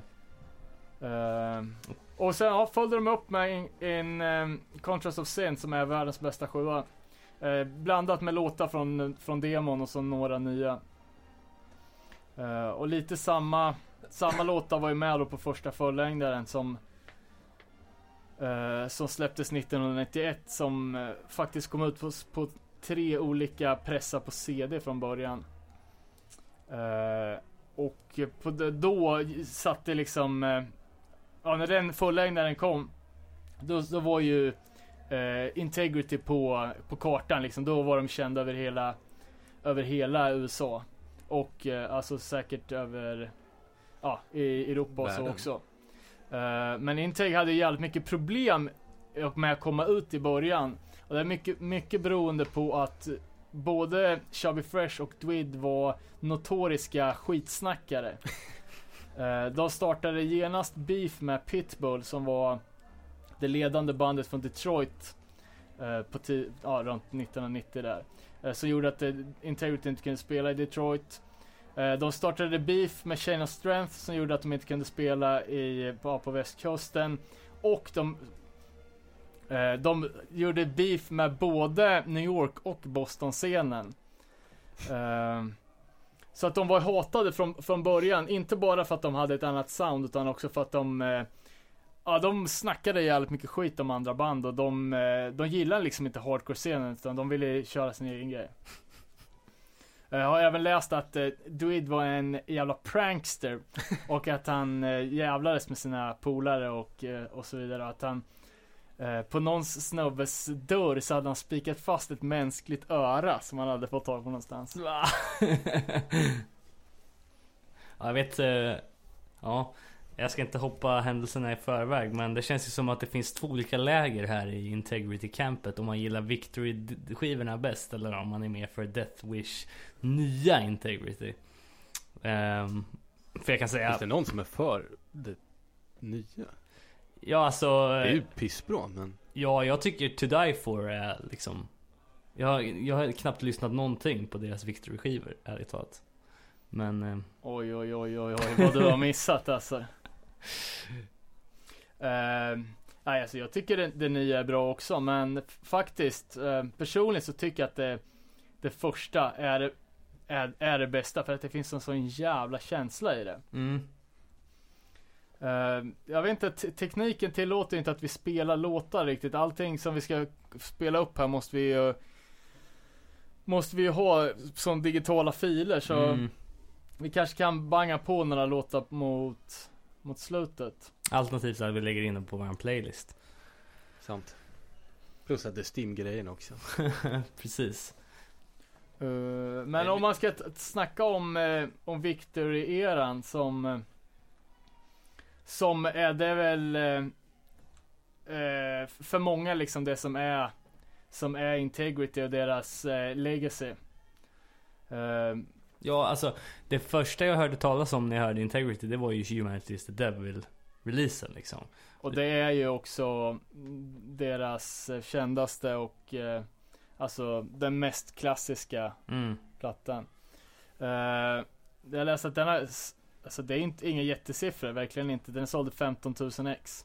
Och sen följde de upp med en Contrast of Sin som är världens bästa sjua. Blandat med låtar från demon och så några nya. Och lite samma låtar var ju med då på första fullängdaren som släpptes 1991 som faktiskt kom ut på 3 olika pressar på CD från början. Och då satt det liksom när den fullängdaren kom då var ju Integrity på kartan liksom. Då var de kända över hela USA och alltså säkert över i Europa och så också. Men Integ hade jävligt mycket problem med att komma ut i början. Och det är mycket beroende på att både Chubby Fresh och Dwid var notoriska skitsnackare. De startade genast beef med Pitbull som var det ledande bandet från Detroit runt 1990 där. Som gjorde att Integrity inte kunde spela i Detroit. De startade beef med Chain of Strength som gjorde att de inte kunde spela på västkusten. Och de gjorde beef med både New York och Boston-scenen. Så att de var hatade från början. Inte bara för att de hade ett annat sound utan också för att de snackade jävligt mycket skit om andra band. Och de gillade liksom inte hardcore-scenen utan de ville köra sin egen grej. Jag har även läst att Dwid var en jävla prankster och att han jävlades med sina polare och så vidare. Att han på någons snubbles dörr så hade han spikat fast ett mänskligt öra som han hade fått tag på någonstans. Jag vet, jag ska inte hoppa händelserna i förväg, men det känns ju som att det finns 2 olika läger här i Integrity-campet. Om man gillar Victory-skivorna bäst eller om man är med för Death Wish nya Integrity. För jag kan säga... Finns det någon som är för det nya? Ja, alltså... Det är ju pissbra, men... Ja, jag tycker To Die For är liksom... Jag har knappt lyssnat någonting på deras Victory-skivor, ärligt talat. Men... Oj, vad du har missat alltså. Nej, alltså jag tycker det nya är bra också, men faktiskt personligen så tycker jag att det första är det bästa för att det finns en sån jävla känsla i det. Jag vet inte, tekniken tillåter inte att vi spelar låtar riktigt. Allting som vi ska spela upp här måste vi ju ha som digitala filer så vi kanske kan banga på några låtar mot slutet. Alternativt så att vi lägger in dem på vår playlist. Sant. Plus att det är Steam-grejen också. Precis. Men om man ska snacka om Victory-eran som är det väl för många liksom det som är Integrity och deras legacy. Ja, alltså det första jag hörde talas om när jag hörde Integrity, det var ju Humanity is the Devil-releasen liksom. Och det är ju också deras kändaste och Alltså den mest klassiska plattan. Jag läste att den har, alltså det är inte inga jättesiffror, verkligen inte. Den sålde 15 000 ex.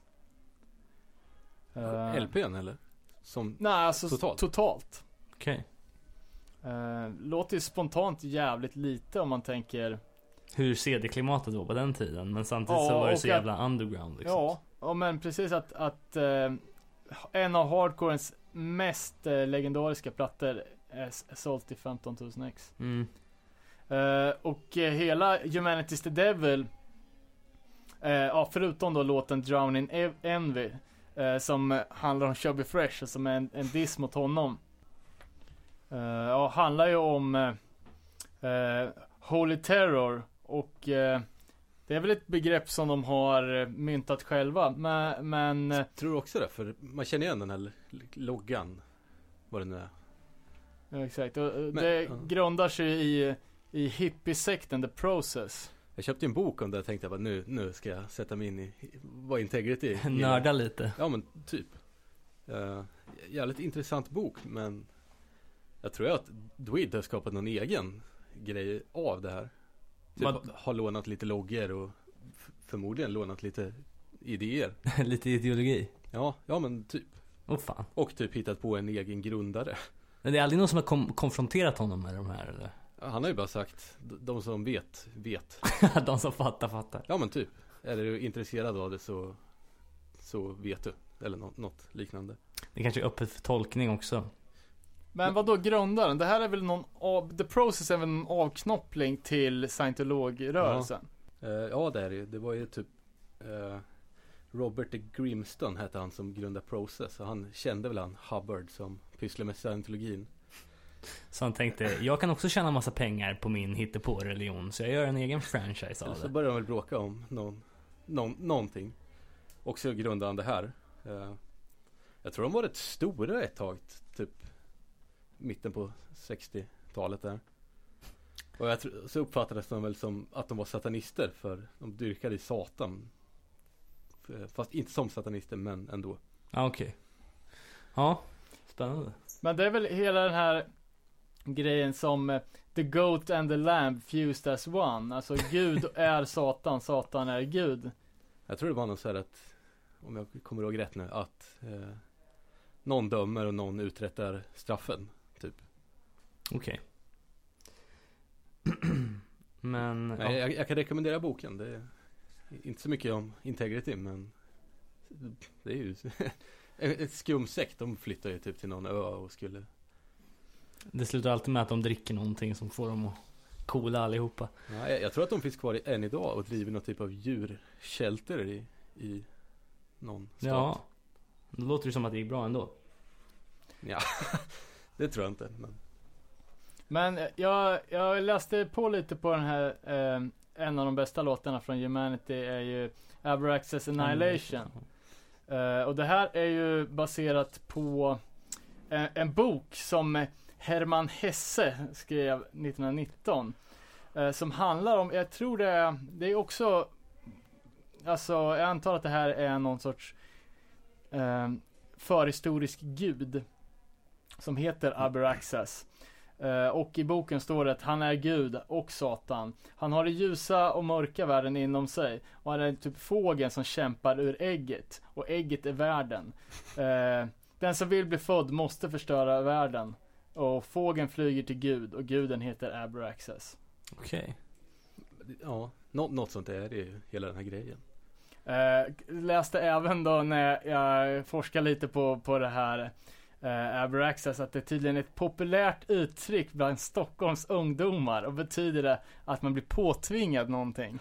LPn eller? Som Nej, alltså totalt. Okej. Låter ju spontant jävligt lite om man tänker. Hur CD-klimatet var på den tiden. Men samtidigt så var det så jävla underground liksom. Ja, men precis att en av hardcorens mest legendariska plattor är sålt till 15 000 ex. Och hela Humanity's the Devil, förutom då låten Drowning Envy, som handlar om Chubby Fresh, och som är en diss mot honom, handlar ju om Holy Terror. Och det är väl ett begrepp som de har myntat själva. Men jag tror också det, för man känner igen den här loggan, vad det nu är. Ja, exakt. Och det grundar sig i hippiesekten The Process. Jag köpte en bok om det och tänkte att nu ska jag sätta mig in i vad Integrity är. Nörda lite. Ja, men typ. Jävligt intressant bok, men jag tror att Dweed har skapat någon egen grej av det här. Typ, har lånat lite loggor och förmodligen lånat lite idéer. Lite ideologi. Ja men typ. Fan. Och typ hittat på en egen grundare. Men det är aldrig någon som har konfronterat honom med de här, eller? Han har ju bara sagt, de som vet. De som fattar. Ja, men typ. Är du intresserad av det så vet du. Eller något liknande. Det kanske är öppet för tolkning också. Men vad då grundaren? Det här är väl The Process är väl en avknoppling till scientologrörelsen? Ja, det är det. Det var ju typ Robert de Grimston hette han som grundade Process. Och han kände väl han Hubbard som pysslar med scientologin. Så han tänkte, jag kan också tjäna massa pengar på min hittepå-religion, så jag gör en egen franchise av det. Så började de väl bråka om någonting. Och så grundade han det här. Jag tror de var rätt stora ett tag, typ mitten på 60-talet där. Och så uppfattades de väl som att de var satanister, för de dyrkade i Satan. Fast inte som satanister, men ändå. Ja, okej. Ja, spännande. Men det är väl hela den här grejen som The Goat and the Lamb fused as one. Alltså Gud är Satan, Satan är Gud. Jag tror det var något så här att, om jag kommer ihåg rätt nu, att någon dömer och någon uträttar straffen, typ. Okej. Men nej, jag kan rekommendera boken. Det är inte så mycket om Integrity, men det är ju ett skum sekt. De flyttar ju typ till någon ö och skulle. Det slutar alltid med att de dricker någonting som får dem att coola allihopa. Ja, jag tror att de finns kvar än idag och driver någon typ av djurshelter i någon stat. Ja, då låter det som att det gick bra ändå. Ja, det tror jag inte. Men jag läste på lite på den här, en av de bästa låtarna från Humanity är ju Abraxas Annihilation. Och det här är ju baserat på en bok som Hermann Hesse skrev 1919. Som handlar om, jag tror det är också, alltså jag antar att det här är någon sorts förhistorisk gud som heter Abraxas. Och i boken står det att han är Gud och Satan. Han har det ljusa och mörka världen inom sig. Och han är typ fågeln som kämpar ur ägget. Och ägget är världen. Den som vill bli född måste förstöra världen. Och fågeln flyger till Gud. Och guden heter Abraxas. Okej. Ja, något sånt är det ju, hela den här grejen. Läste även då när jag forskade lite på det här Abraxas, att det är tydligen ett populärt uttryck bland Stockholms ungdomar, och betyder det att man blir påtvingad någonting.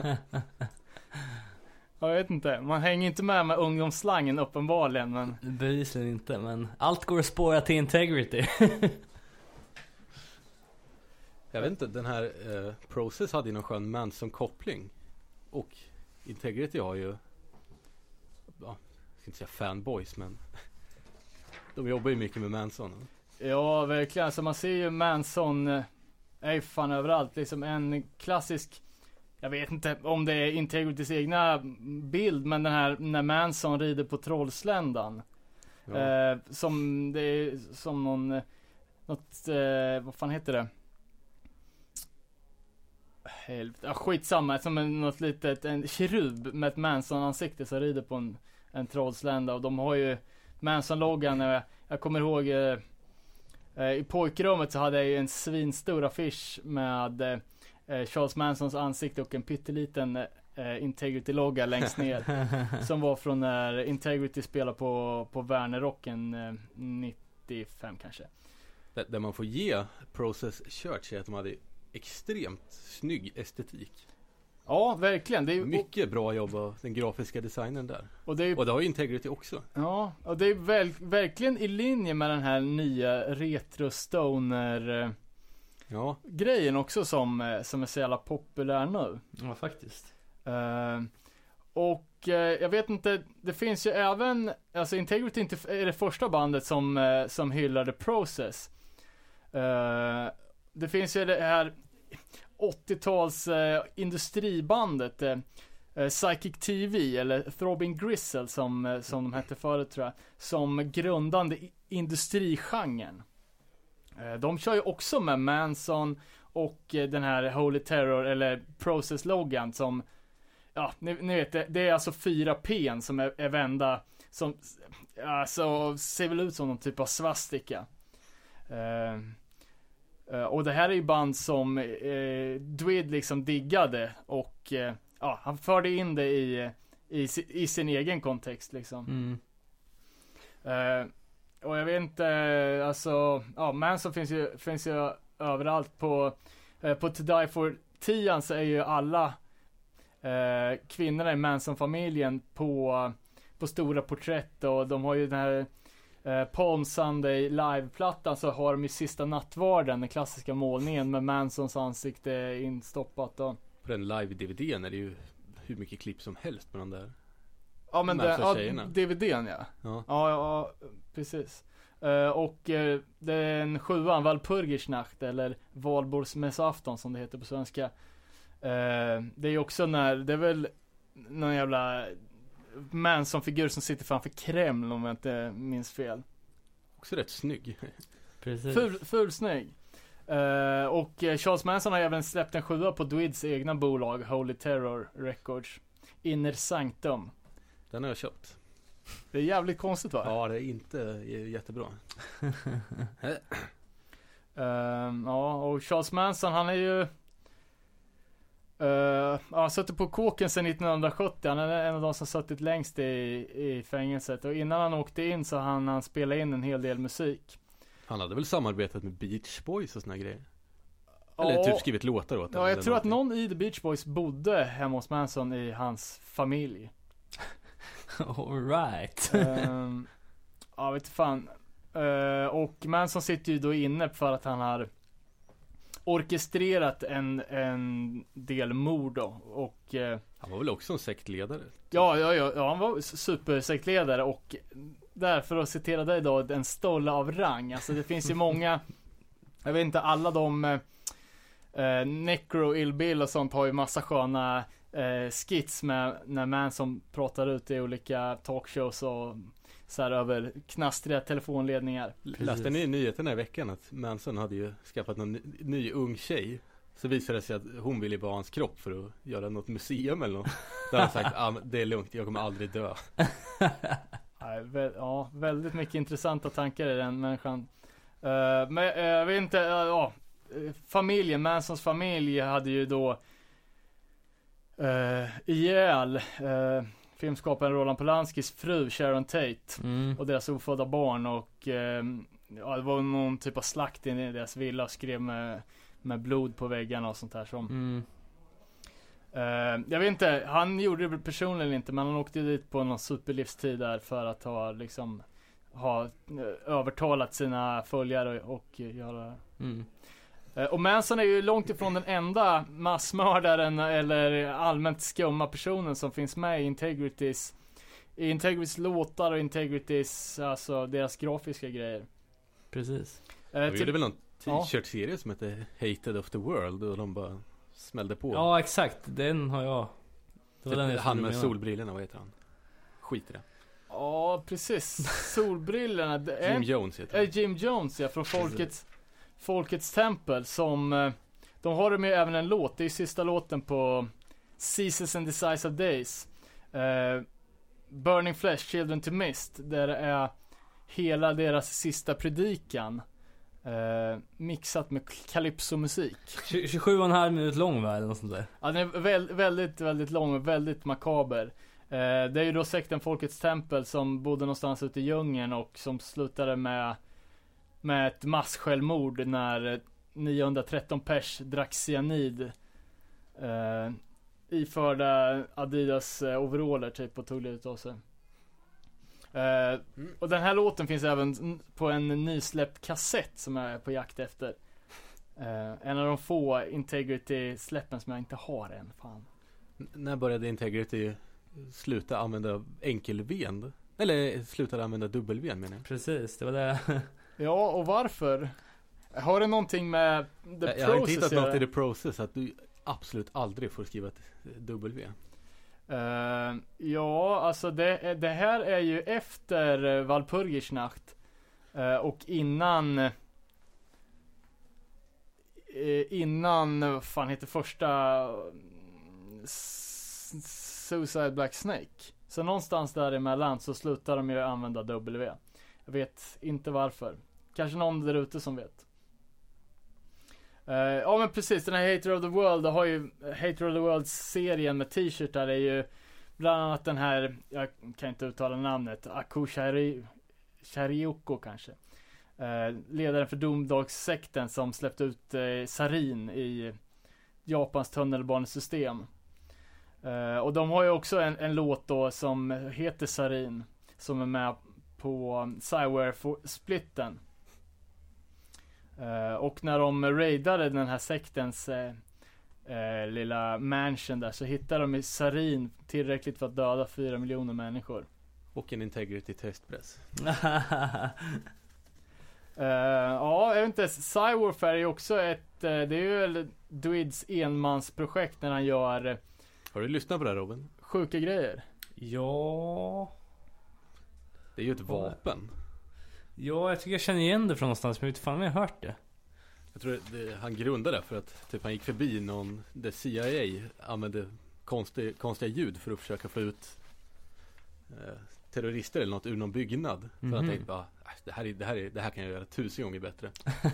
Jag vet inte, man hänger inte med ungdomsslangen uppenbarligen, men bevisligen inte, men allt går att spåra till Integrity. Jag vet inte, den här Process hade ju någon skön Manson-koppling. Och Integrity har ju, jag ska inte säga fanboys, men de jobbar ju mycket med Manson. ja, verkligen. Så man ser ju Manson är ju fan överallt. Liksom en klassisk, jag vet inte om det är Integritys egna bild, men den här när Manson rider på Trollsländan. Ja. Som det är som någon vad fan heter det? Skitsamma, som något litet, en kerub med ett Manson-ansikte som rider på en trollslända. Och de har ju Manson-loggan. Jag kommer ihåg i pojkrummet så hade jag ju en svinstor affisch med Charles Mansons ansikte och en pytteliten Integrity-logga längst ner. Som var från när Integrity spelade på Värnerrocken 95 kanske. Där man får ge Process Church är att de hade extremt snygg estetik. Ja, verkligen. Det är mycket bra jobb av den grafiska designen där. Och det har ju Integrity också. Ja, och det är verkligen i linje med den här nya retro stoner grejen också som är så jävla populär nu. Ja, faktiskt. Och jag vet inte, det finns ju även, alltså Integrity inte är det första bandet som hyllade Process. Det finns ju det här 80-tals industribandet Psychic TV eller Throbbing Gristle som de hette förut tror jag, som grundande industrigenren. De kör ju också med Manson och den här Holy Terror eller Process-loggan som, ja, ni vet, det är alltså 4P som är vända som, alltså ser väl ut som någon typ av svastika. Och det här är ju band som Dwid liksom diggade och han förde in det i sin egen kontext liksom. Och jag vet inte, alltså Manson finns ju överallt på To Die For 10 så är ju alla kvinnorna i Manson-familjen på stora porträtt, och de har ju den här Palm Sunday live-plattan, så har de ju Sista nattvarden, den klassiska målningen med Mansons ansikte instoppat. Och på den live-DVDn är det ju hur mycket klipp som helst med den där. Ja, men DVDn ja, precis. Och den 7an Walpurgisnacht eller Valborgsmässoafton som det heter på svenska. Det är ju också det är väl någon jävla Manson-figur som sitter framför Kreml om jag inte minns fel. Också rätt snygg. Precis. Ful snygg. Och Charles Manson har även släppt en 7 på Dwids egna bolag Holy Terror Records, Inner Sanctum. Den har jag köpt. Det är jävligt konstigt, va? Ja, det är inte jättebra. Och Charles Manson, han är ju suttit på kåken sedan 1970. Han är en av de som suttit längst i fängelset. Och innan han åkte in så han spelade in en hel del musik. Han hade väl samarbetat med Beach Boys och såna grejer? Eller typ skrivit låtar åt. Ja, jag tror att någon i The Beach Boys bodde hemma hos Manson i hans familj. All right. Ja, vet fan. Och Manson sitter ju då inne för att han har orkestrerat en del mord då. Och han var väl också en sektledare? Ja, han var supersektledare. Och därför att citera dig då, en stolle av rang. Alltså det finns ju många, jag vet inte, alla de Necro, Ill Bill och sånt har ju massa sköna skits med när Manson pratar ut i olika talkshows och så här över knastriga telefonledningar. Läste ni i nyheterna i veckan att Manson hade ju skaffat någon ny ung tjej? Så visade det sig att hon ville bara ha hans kropp för att göra något museum eller något. Där han sagt, det är lugnt, jag kommer aldrig dö. Ja, väldigt mycket intressanta tankar i den människan. Men jag vet inte, familjen, Mansons familj hade ju då ihjäl filmskaparen Roland Polanskis fru Sharon Tate och deras ofödda barn, och det var någon typ av slakt i deras villa och skrev med blod på väggarna och sånt där som jag vet inte, han gjorde det personligen inte, men han åkte dit på någon superlivstid där för att ha övertalat sina följare och göra och Manson är ju långt ifrån den enda massmördaren eller allmänt skumma personen som finns med i Integritys låtar och Integritys, alltså deras grafiska grejer. Precis. Det gjorde väl någon t-shirt-serie som heter Hated of the World och de bara smällde på. Ja, exakt. Den har jag. Det var den jag han med solbrillorna, vad heter han? Skit i det. Ja, precis. Solbrillorna. Jim Jones heter han. Jim Jones, ja, från Folkets tempel som de har de ju även en låt. Det är ju sista låten på Seasons and Decisive Days. Burning Flesh, Children to Mist. Där det är hela deras sista predikan. Mixat med calypso-musik. 27,5 minuter lång va, eller något sånt där? Ja, den är väldigt, väldigt lång och väldigt makaber. Det är ju då sekten Folkets tempel som bodde någonstans ute i djungeln och som slutade med ett massjälvmord när 913 pers drack cyanid iförda Adidas overaller typ och tog livet av sig. Och den här låten finns även på en nysläppt kassett som jag är på jakt efter. En av de få Integrity-släppen som jag inte har än. Fan. När började Integrity sluta använda enkelven? Eller slutade använda dubbelven menar jag? Precis, det var det. Ja, och varför? Har det någonting med The Process? Jag har inte hittat något i The Process att du absolut aldrig får skriva ett W. Ja, alltså det här är ju efter Walpurgisnacht och innan vad fan heter första Suicide Black Snake. Så någonstans däremellan så slutar de ju använda W. Jag vet inte varför. Kanske någon där ute som vet. Ja men precis, den här Hater of the World, det har ju Hater of the World-serien med t-shirtar är ju bland annat den här, jag kan inte uttala namnet, Aku Sharioko kanske. Ledaren för domedagssekten som släppte ut sarin i Japans tunnelbanesystem. Och de har ju också en låt då som heter Sarin som är med på Cyware-splitten. Och när de raidade den här sektens lilla mansion där så hittade de i sarin tillräckligt för att döda 4 miljoner människor. Och en Integrity testpress. Ja, jag vet inte, Cywarfare är ju också det är ju Dwids enmansprojekt när han gör Har du lyssnat på det här, Robin? sjuka grejer. Ja. Det är ju ett vapen. Ja, jag tycker jag känner igen det från någonstans, men jag vet fan om jag har hört det. Jag tror han grundade för att typ han gick förbi någon där CIA använde konstiga ljud för att försöka få ut terrorister eller något ur någon byggnad. För han tänkte bara, det här kan jag göra 1000 gånger bättre.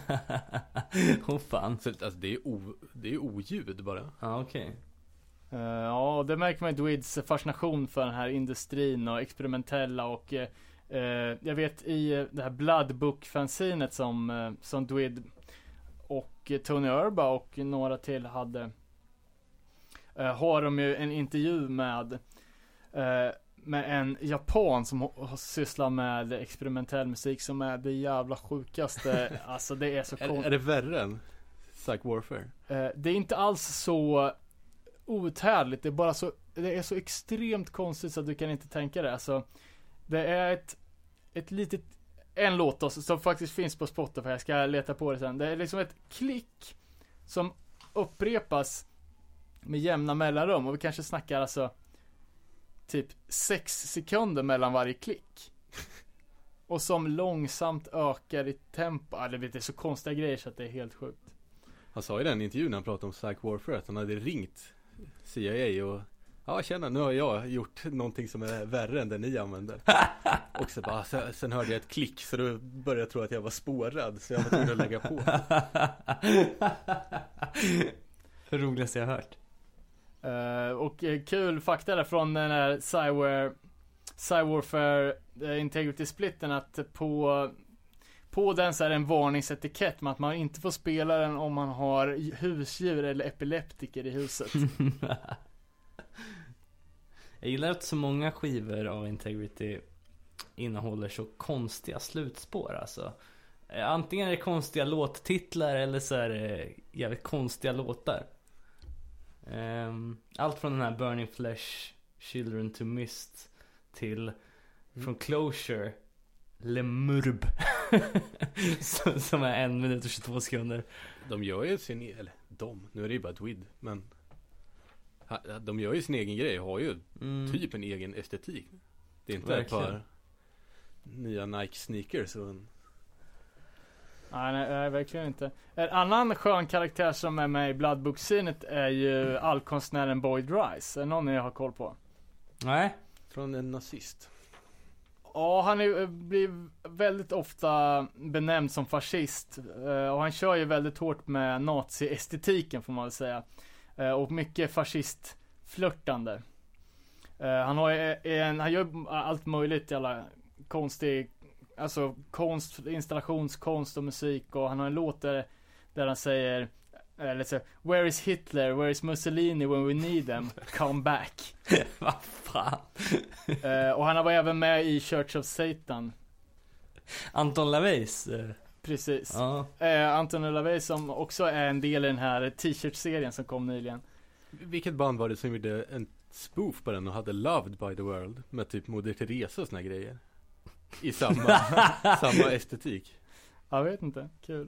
Fan. Så alltså, det är oljud bara. Ja, okej. Ja, det märker man ju Dwids fascination för den här industrin och experimentella och jag vet i det här Blood Book-fanzinet som Dwid och Tony Erba och några till hade har de ju en intervju med en japan som sysslar med experimentell musik som är det jävla sjukaste. Alltså det är så Är det värre än Psych Warfare? Det är inte alls så outhärdligt, det är så extremt konstigt så att du kan inte tänka det. Alltså, det är ett litet en låt då, som faktiskt finns på Spotify. Jag ska leta på det sen. Det är liksom ett klick som upprepas med jämna mellanrum och vi kanske snackar alltså typ 6 sekunder mellan varje klick. Och som långsamt ökar i tempo. Det är så konstiga grejer så att det är helt sjukt. Han sa i den intervjun när han pratade om Psych Warfare att han hade ringt CIA och tjena, nu har jag gjort någonting som är värre än det ni använder. Och så bara, sen hörde jag ett klick så då började jag tro att jag var spårad så jag var tvungen att lägga på. Det roligaste jag hört. Och kul fakta där från den här Cywarfare Integrity-splitten att på den så är det en varningsetikett med att man inte får spela den om man har husdjur eller epileptiker i huset. Jag gillar att så många skivor av Integrity innehåller så konstiga slutspår alltså. Antingen är det konstiga låttitlar eller så är det jävligt konstiga låtar. Allt från den här Burning Flesh, Children to Mist till från Closure Lemurb som är 1 minut och 22 sekunder. De gör ju nu är det ju bara Dwid, men de gör ju sin egen grej, har ju typ en egen estetik. Det är inte ett par nya Nike sneakers och Nej, verkligen inte. En annan skön karaktär som är med i Blood Book-scenet är ju allkonstnären Boyd Rice. Är någon ni har koll på? Nej. Från en nazist. Ja, han blir väldigt ofta benämnd som fascist. Och han kör ju väldigt hårt med nazi-estetiken får man väl säga. Och mycket fascistflörtande. Han gör allt möjligt i alla alltså konst, installationskonst och musik. Och han har en låt där han säger Where is Hitler? Where is Mussolini when we need them? Come back. Vad fan. Och han var även med i Church of Satan. Anton LaVeys. Precis. Ja. Anton LaVey som också är en del i den här t-shirt-serien som kom nyligen. Vilket band var det som gjorde en spoof på den och hade Loved by the World med typ Moder Teresa och såna grejer? I samma estetik. Jag vet inte, kul.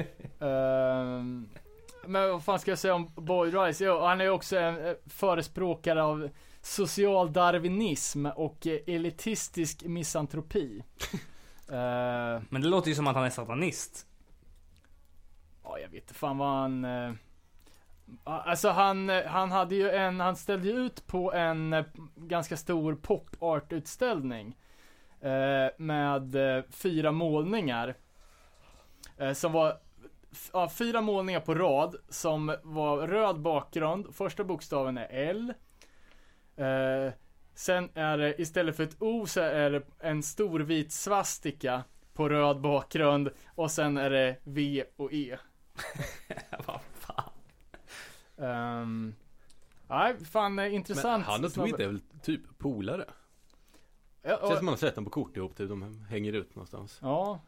Men vad fan ska jag säga om Boyd Rice? Jo, han är också en förespråkare av social darwinism och elitistisk misantropi. Men det låter ju som att han är satanist. Ja, jag vet inte fan vad han... Alltså han hade ju han ställde ju ut på en ganska stor pop-art-utställning med 4 målningar som var 4 målningar på rad som var röd bakgrund. Första bokstaven är L. Sen är det istället för ett O så är det en stor vit svastika på röd bakgrund och sen är det V och E. Vad fan. Nej, fan intressant. Men han och Tweed är väl typ polare? Ja, Känns som man har sett dem på kort ihop typ, de hänger ut någonstans. Ja.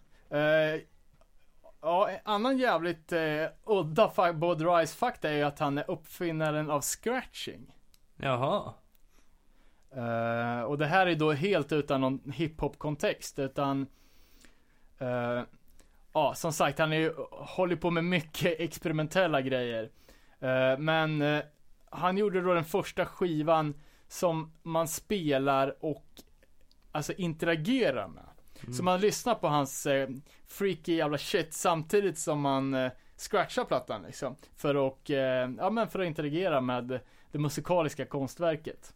Ja, en annan jävligt udda Boyd Rice fakta är ju att han är uppfinnaren av scratching. Jaha. Och det här är då helt utan någon hiphop-kontext utan ja, som sagt han håller på med mycket experimentella grejer. Men han gjorde då den första skivan som man spelar och alltså interagerar med. Så man lyssnar på hans freaky jävla shit samtidigt som man scratchar plattan liksom. För att interagera med det musikaliska konstverket.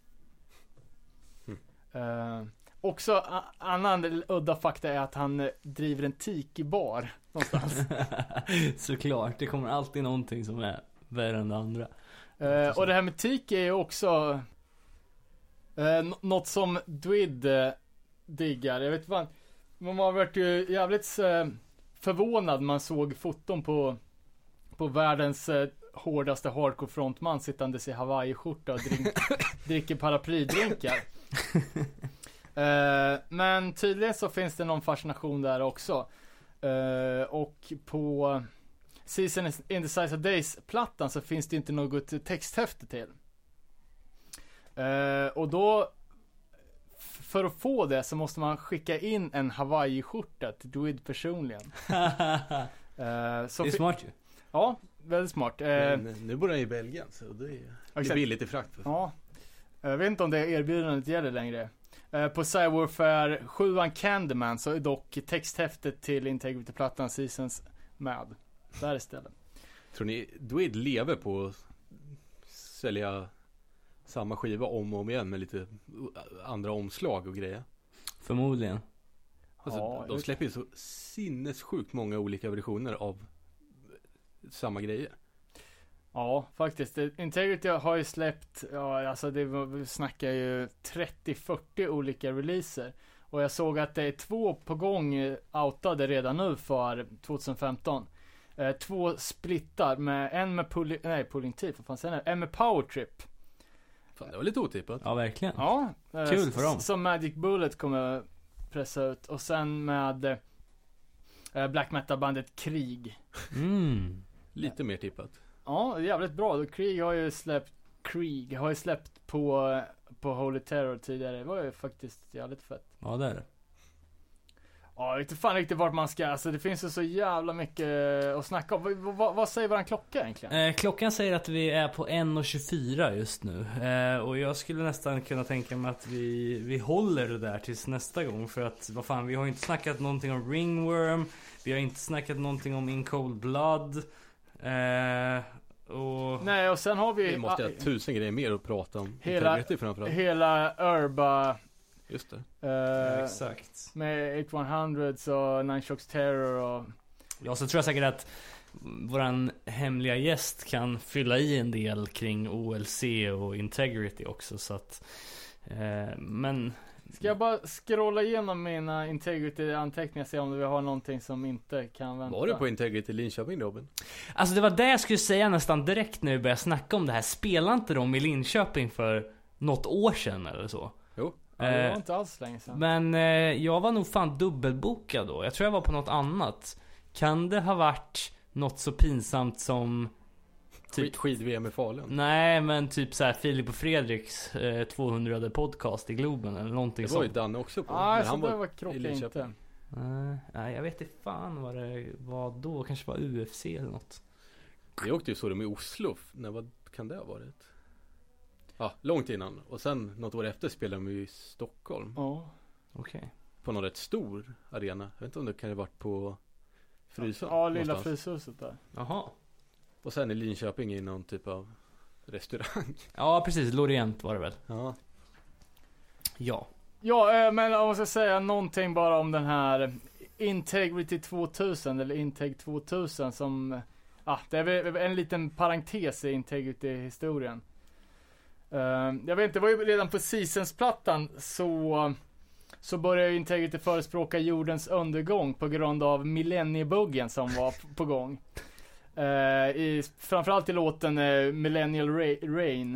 Också annan udda fakta är att han driver en tiki-bar någonstans. Såklart, det kommer alltid någonting som är värre än det andra. Och det här med tiki är också något som Dwid diggar. Jag vet vad man har varit ju jävligt förvånad man såg foton på världens hårdaste hardcore frontman sittandes i Hawaii-skjorta och dricker paraplydrinkar. Men tydligen så finns det någon fascination där också. Och på Season in the Size of Days-plattan så finns det inte något texthäfte till. Och då för att få det så måste man skicka in en Hawaii-skjorta till Dwid personligen. Det är smart ju. Ja, väldigt smart. Men nu bor han i Belgien så det är billigt i frakt. Ja. Jag vet inte om det erbjudandet gäller längre. På Cywarfare 7 Candyman så är dock texthäftet till Integrity-plattan Seasons med. Där istället. Tror ni Dwid lever på att sälja samma skiva om och om igen med lite andra omslag och grejer? Förmodligen. Alltså, Ja, de släpper ju så sinnessjukt många olika versioner av samma grejer. Ja, faktiskt. Integrity har ju släppt, ja, alltså vi snackar ju 30-40 olika releaser. Och jag såg att det är 2 på gång outade redan nu för 2015. 2 splittar med en med Pulling Teeth, vad fan säger jag? En med Power Trip. Fan, det var lite otippat. Ja, verkligen. Ja, Kul för dem. Som Magic Bullet kommer pressa ut. Och sen med black metal-bandet Krieg. Lite mer tippat. Ja, jävligt bra. Krieg har ju släppt på Holy Terror tidigare. Det var ju faktiskt jävligt fett. Ja, det är det. Ja, jag vet inte fan riktigt vart man ska. Alltså det finns ju så jävla mycket att snacka om. Vad säger våran klocka egentligen? Klockan säger att vi är på 1:24 just nu. Och jag skulle nästan kunna tänka mig att vi håller det där tills nästa gång. För att, vad fan, vi har ju inte snackat någonting om Ringworm. Vi har inte snackat någonting om In Cold Blood. Nej, och sen har Vi måste ha 1000 grejer mer att prata om. Hela Urba. Just det. Exakt. Med 8100s och Nine Shocks Terror och... Ja, så tror jag säkert att våran hemliga gäst kan fylla i en del kring OLC och Integrity också, så att men... Ska jag bara scrolla igenom mina Integrity-anteckningar och se om vi har någonting som inte kan vänta? Var du på Integrity Linköping, Robin? Alltså det var det jag skulle säga nästan direkt när vi började snacka om det här. Spelade inte de i Linköping för något år sedan eller så? Jo. Ja, det var inte alls länge sedan. Men jag var nog fan dubbelbokad då. Jag tror jag var på något annat. Kan det ha varit något så pinsamt som typ skid-VM i Falun? Nej, men typ så här Filip och Fredriks 200 podcast i Globen eller någonting sånt. Det var ju Danne också på. Nej, så det var krockigt inte. Nej, jag vet inte fan vad det var då. Kanske var UFC eller något. Vi åkte ju så de i Oslo. Vad kan det ha varit? Ja, långt innan. Och sen något år efter spelade vi i Stockholm. Ja. Okej. På någon rätt stor arena. Jag vet inte om det kan ha varit på Fryshuset. Ja, lilla Fryshuset där. Jaha. Och sen i Linköping i någon typ av restaurang. Ja, precis. Lorient var det väl. Ja. Ja, men om jag ska säga någonting bara om den här Integrity 2000 eller Integ 2000 som... det är väl en liten parentes i Integrity-historien. Jag vet inte, det var ju redan på Seasons-plattan så började Integrity förespråka jordens undergång på grund av millenniebuggen som var på gång. Framförallt i låten Millennial Rain.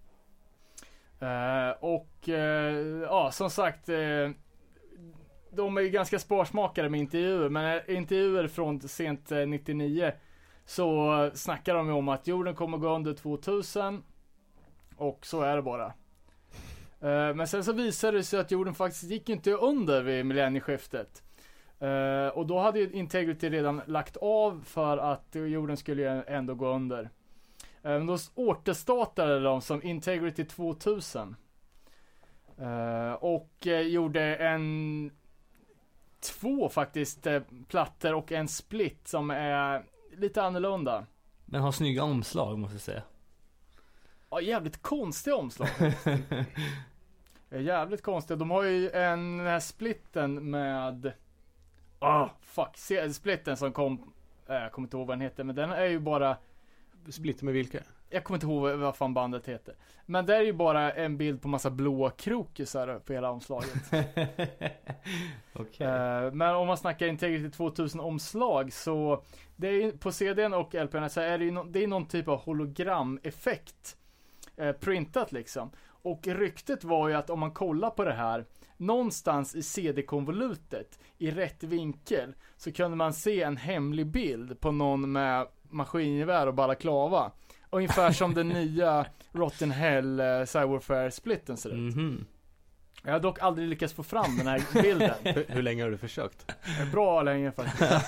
Som sagt, de är ju ganska sparsmakade med intervjuer, men intervjuer från sent 99 så snackar de ju om att jorden kommer gå under 2000. Och så är det bara. Men sen så visade det sig att jorden faktiskt gick inte under vid millennieskiftet. Och då hade ju Integrity redan lagt av för att jorden skulle ändå gå under. Då återstartade de som Integrity 2000. Och gjorde två faktiskt plattor och en split som är lite annorlunda. Men har snygga omslag måste jag säga. Ja, jävligt konstiga omslag. Jävligt konstiga. De har ju den här splitten med... Splitten som kom... Jag kommer inte ihåg vad den heter, men den är ju bara... Splitten med vilka? Jag kommer inte ihåg vad fan bandet heter. Men det är ju bara en bild på massa blåa krokisar på hela omslaget. Okay. Men om man snackar Integrity 2000 omslag så... Det är på CD:n och LP:n så är det ju det är någon typ av hologrameffekt. Printat liksom. Och ryktet var ju att om man kollar på det här någonstans i CD-konvolutet i rätt vinkel så kunde man se en hemlig bild på någon med maskingevär och balaklava. Ungefär som den nya Rotten Hell Cyberwarfare-splitten ser ut. Mm-hmm. Jag har dock aldrig lyckats få fram den här bilden. Hur länge har du försökt? Bra länge faktiskt.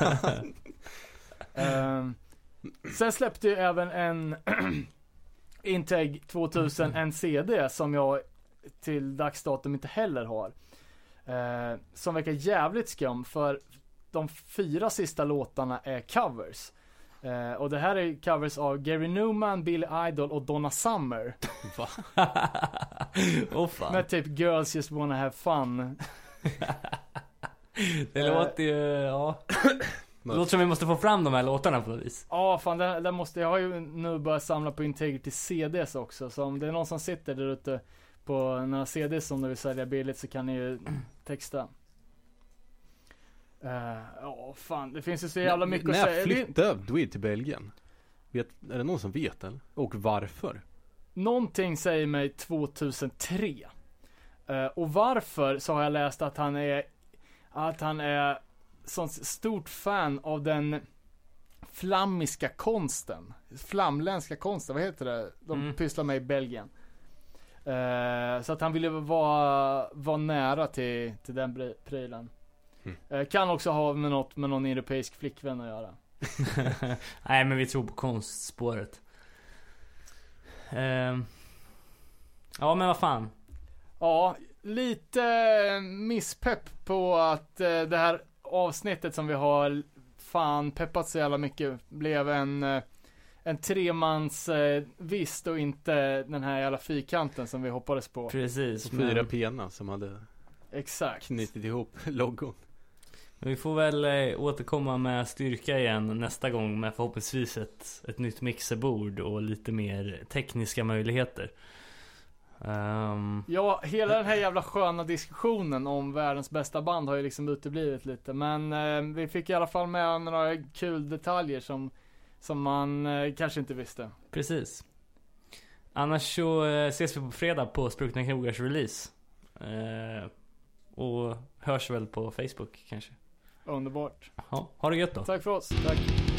Sen släppte ju även en Integ 2000 en CD som jag till dagsdatum inte heller har. Som verkar jävligt skum för de 4 sista låtarna är covers. Och det här är covers av Gary Newman, Billy Idol och Donna Summer. Va? Fan. Med typ Girls Just Wanna Have Fun. Det låter ju, Det låter som vi måste få fram de här låtarna på något vis. Ja, fan, den måste jag har ju nu börjat samla på Integrity CDs också. Så om det är någon som sitter där ute på några CDs som de vill sälja billigt så kan ni ju texta. Fan, det finns ju så jävla mycket att säga. När flyttade Dweed till Belgien? Är det någon som vet eller? Och varför? Någonting säger mig 2003. Och varför så har jag läst att han är sånt stort fan av den flammiska konsten. Flamländska konsten, vad heter det? De pysslar med i Belgien. Så att han ville vara nära till den prylen. Kan också ha med någon europeisk flickvän att göra. Nej, men vi tror på konstspåret. Ja, men vad fan. Ja, lite misspepp på att det här avsnittet som vi har fan peppat så jävla mycket blev en tremans vist och inte den här jävla fyrkanten som vi hoppades på. Precis. 4 pena som hade Exakt. knutit ihop logon. Men vi får väl återkomma med styrka igen nästa gång med förhoppningsvis ett nytt mixerbord och lite mer tekniska möjligheter. Ja, hela den här jävla sköna diskussionen om världens bästa band har ju liksom uteblivit lite. Men vi fick i alla fall med några kul detaljer som man kanske inte visste. Precis. Annars så ses vi på fredag på Spruckna Knogars release. Och hörs väl på Facebook kanske. Underbart. Ja, ha det gött då. Tack för oss. Tack.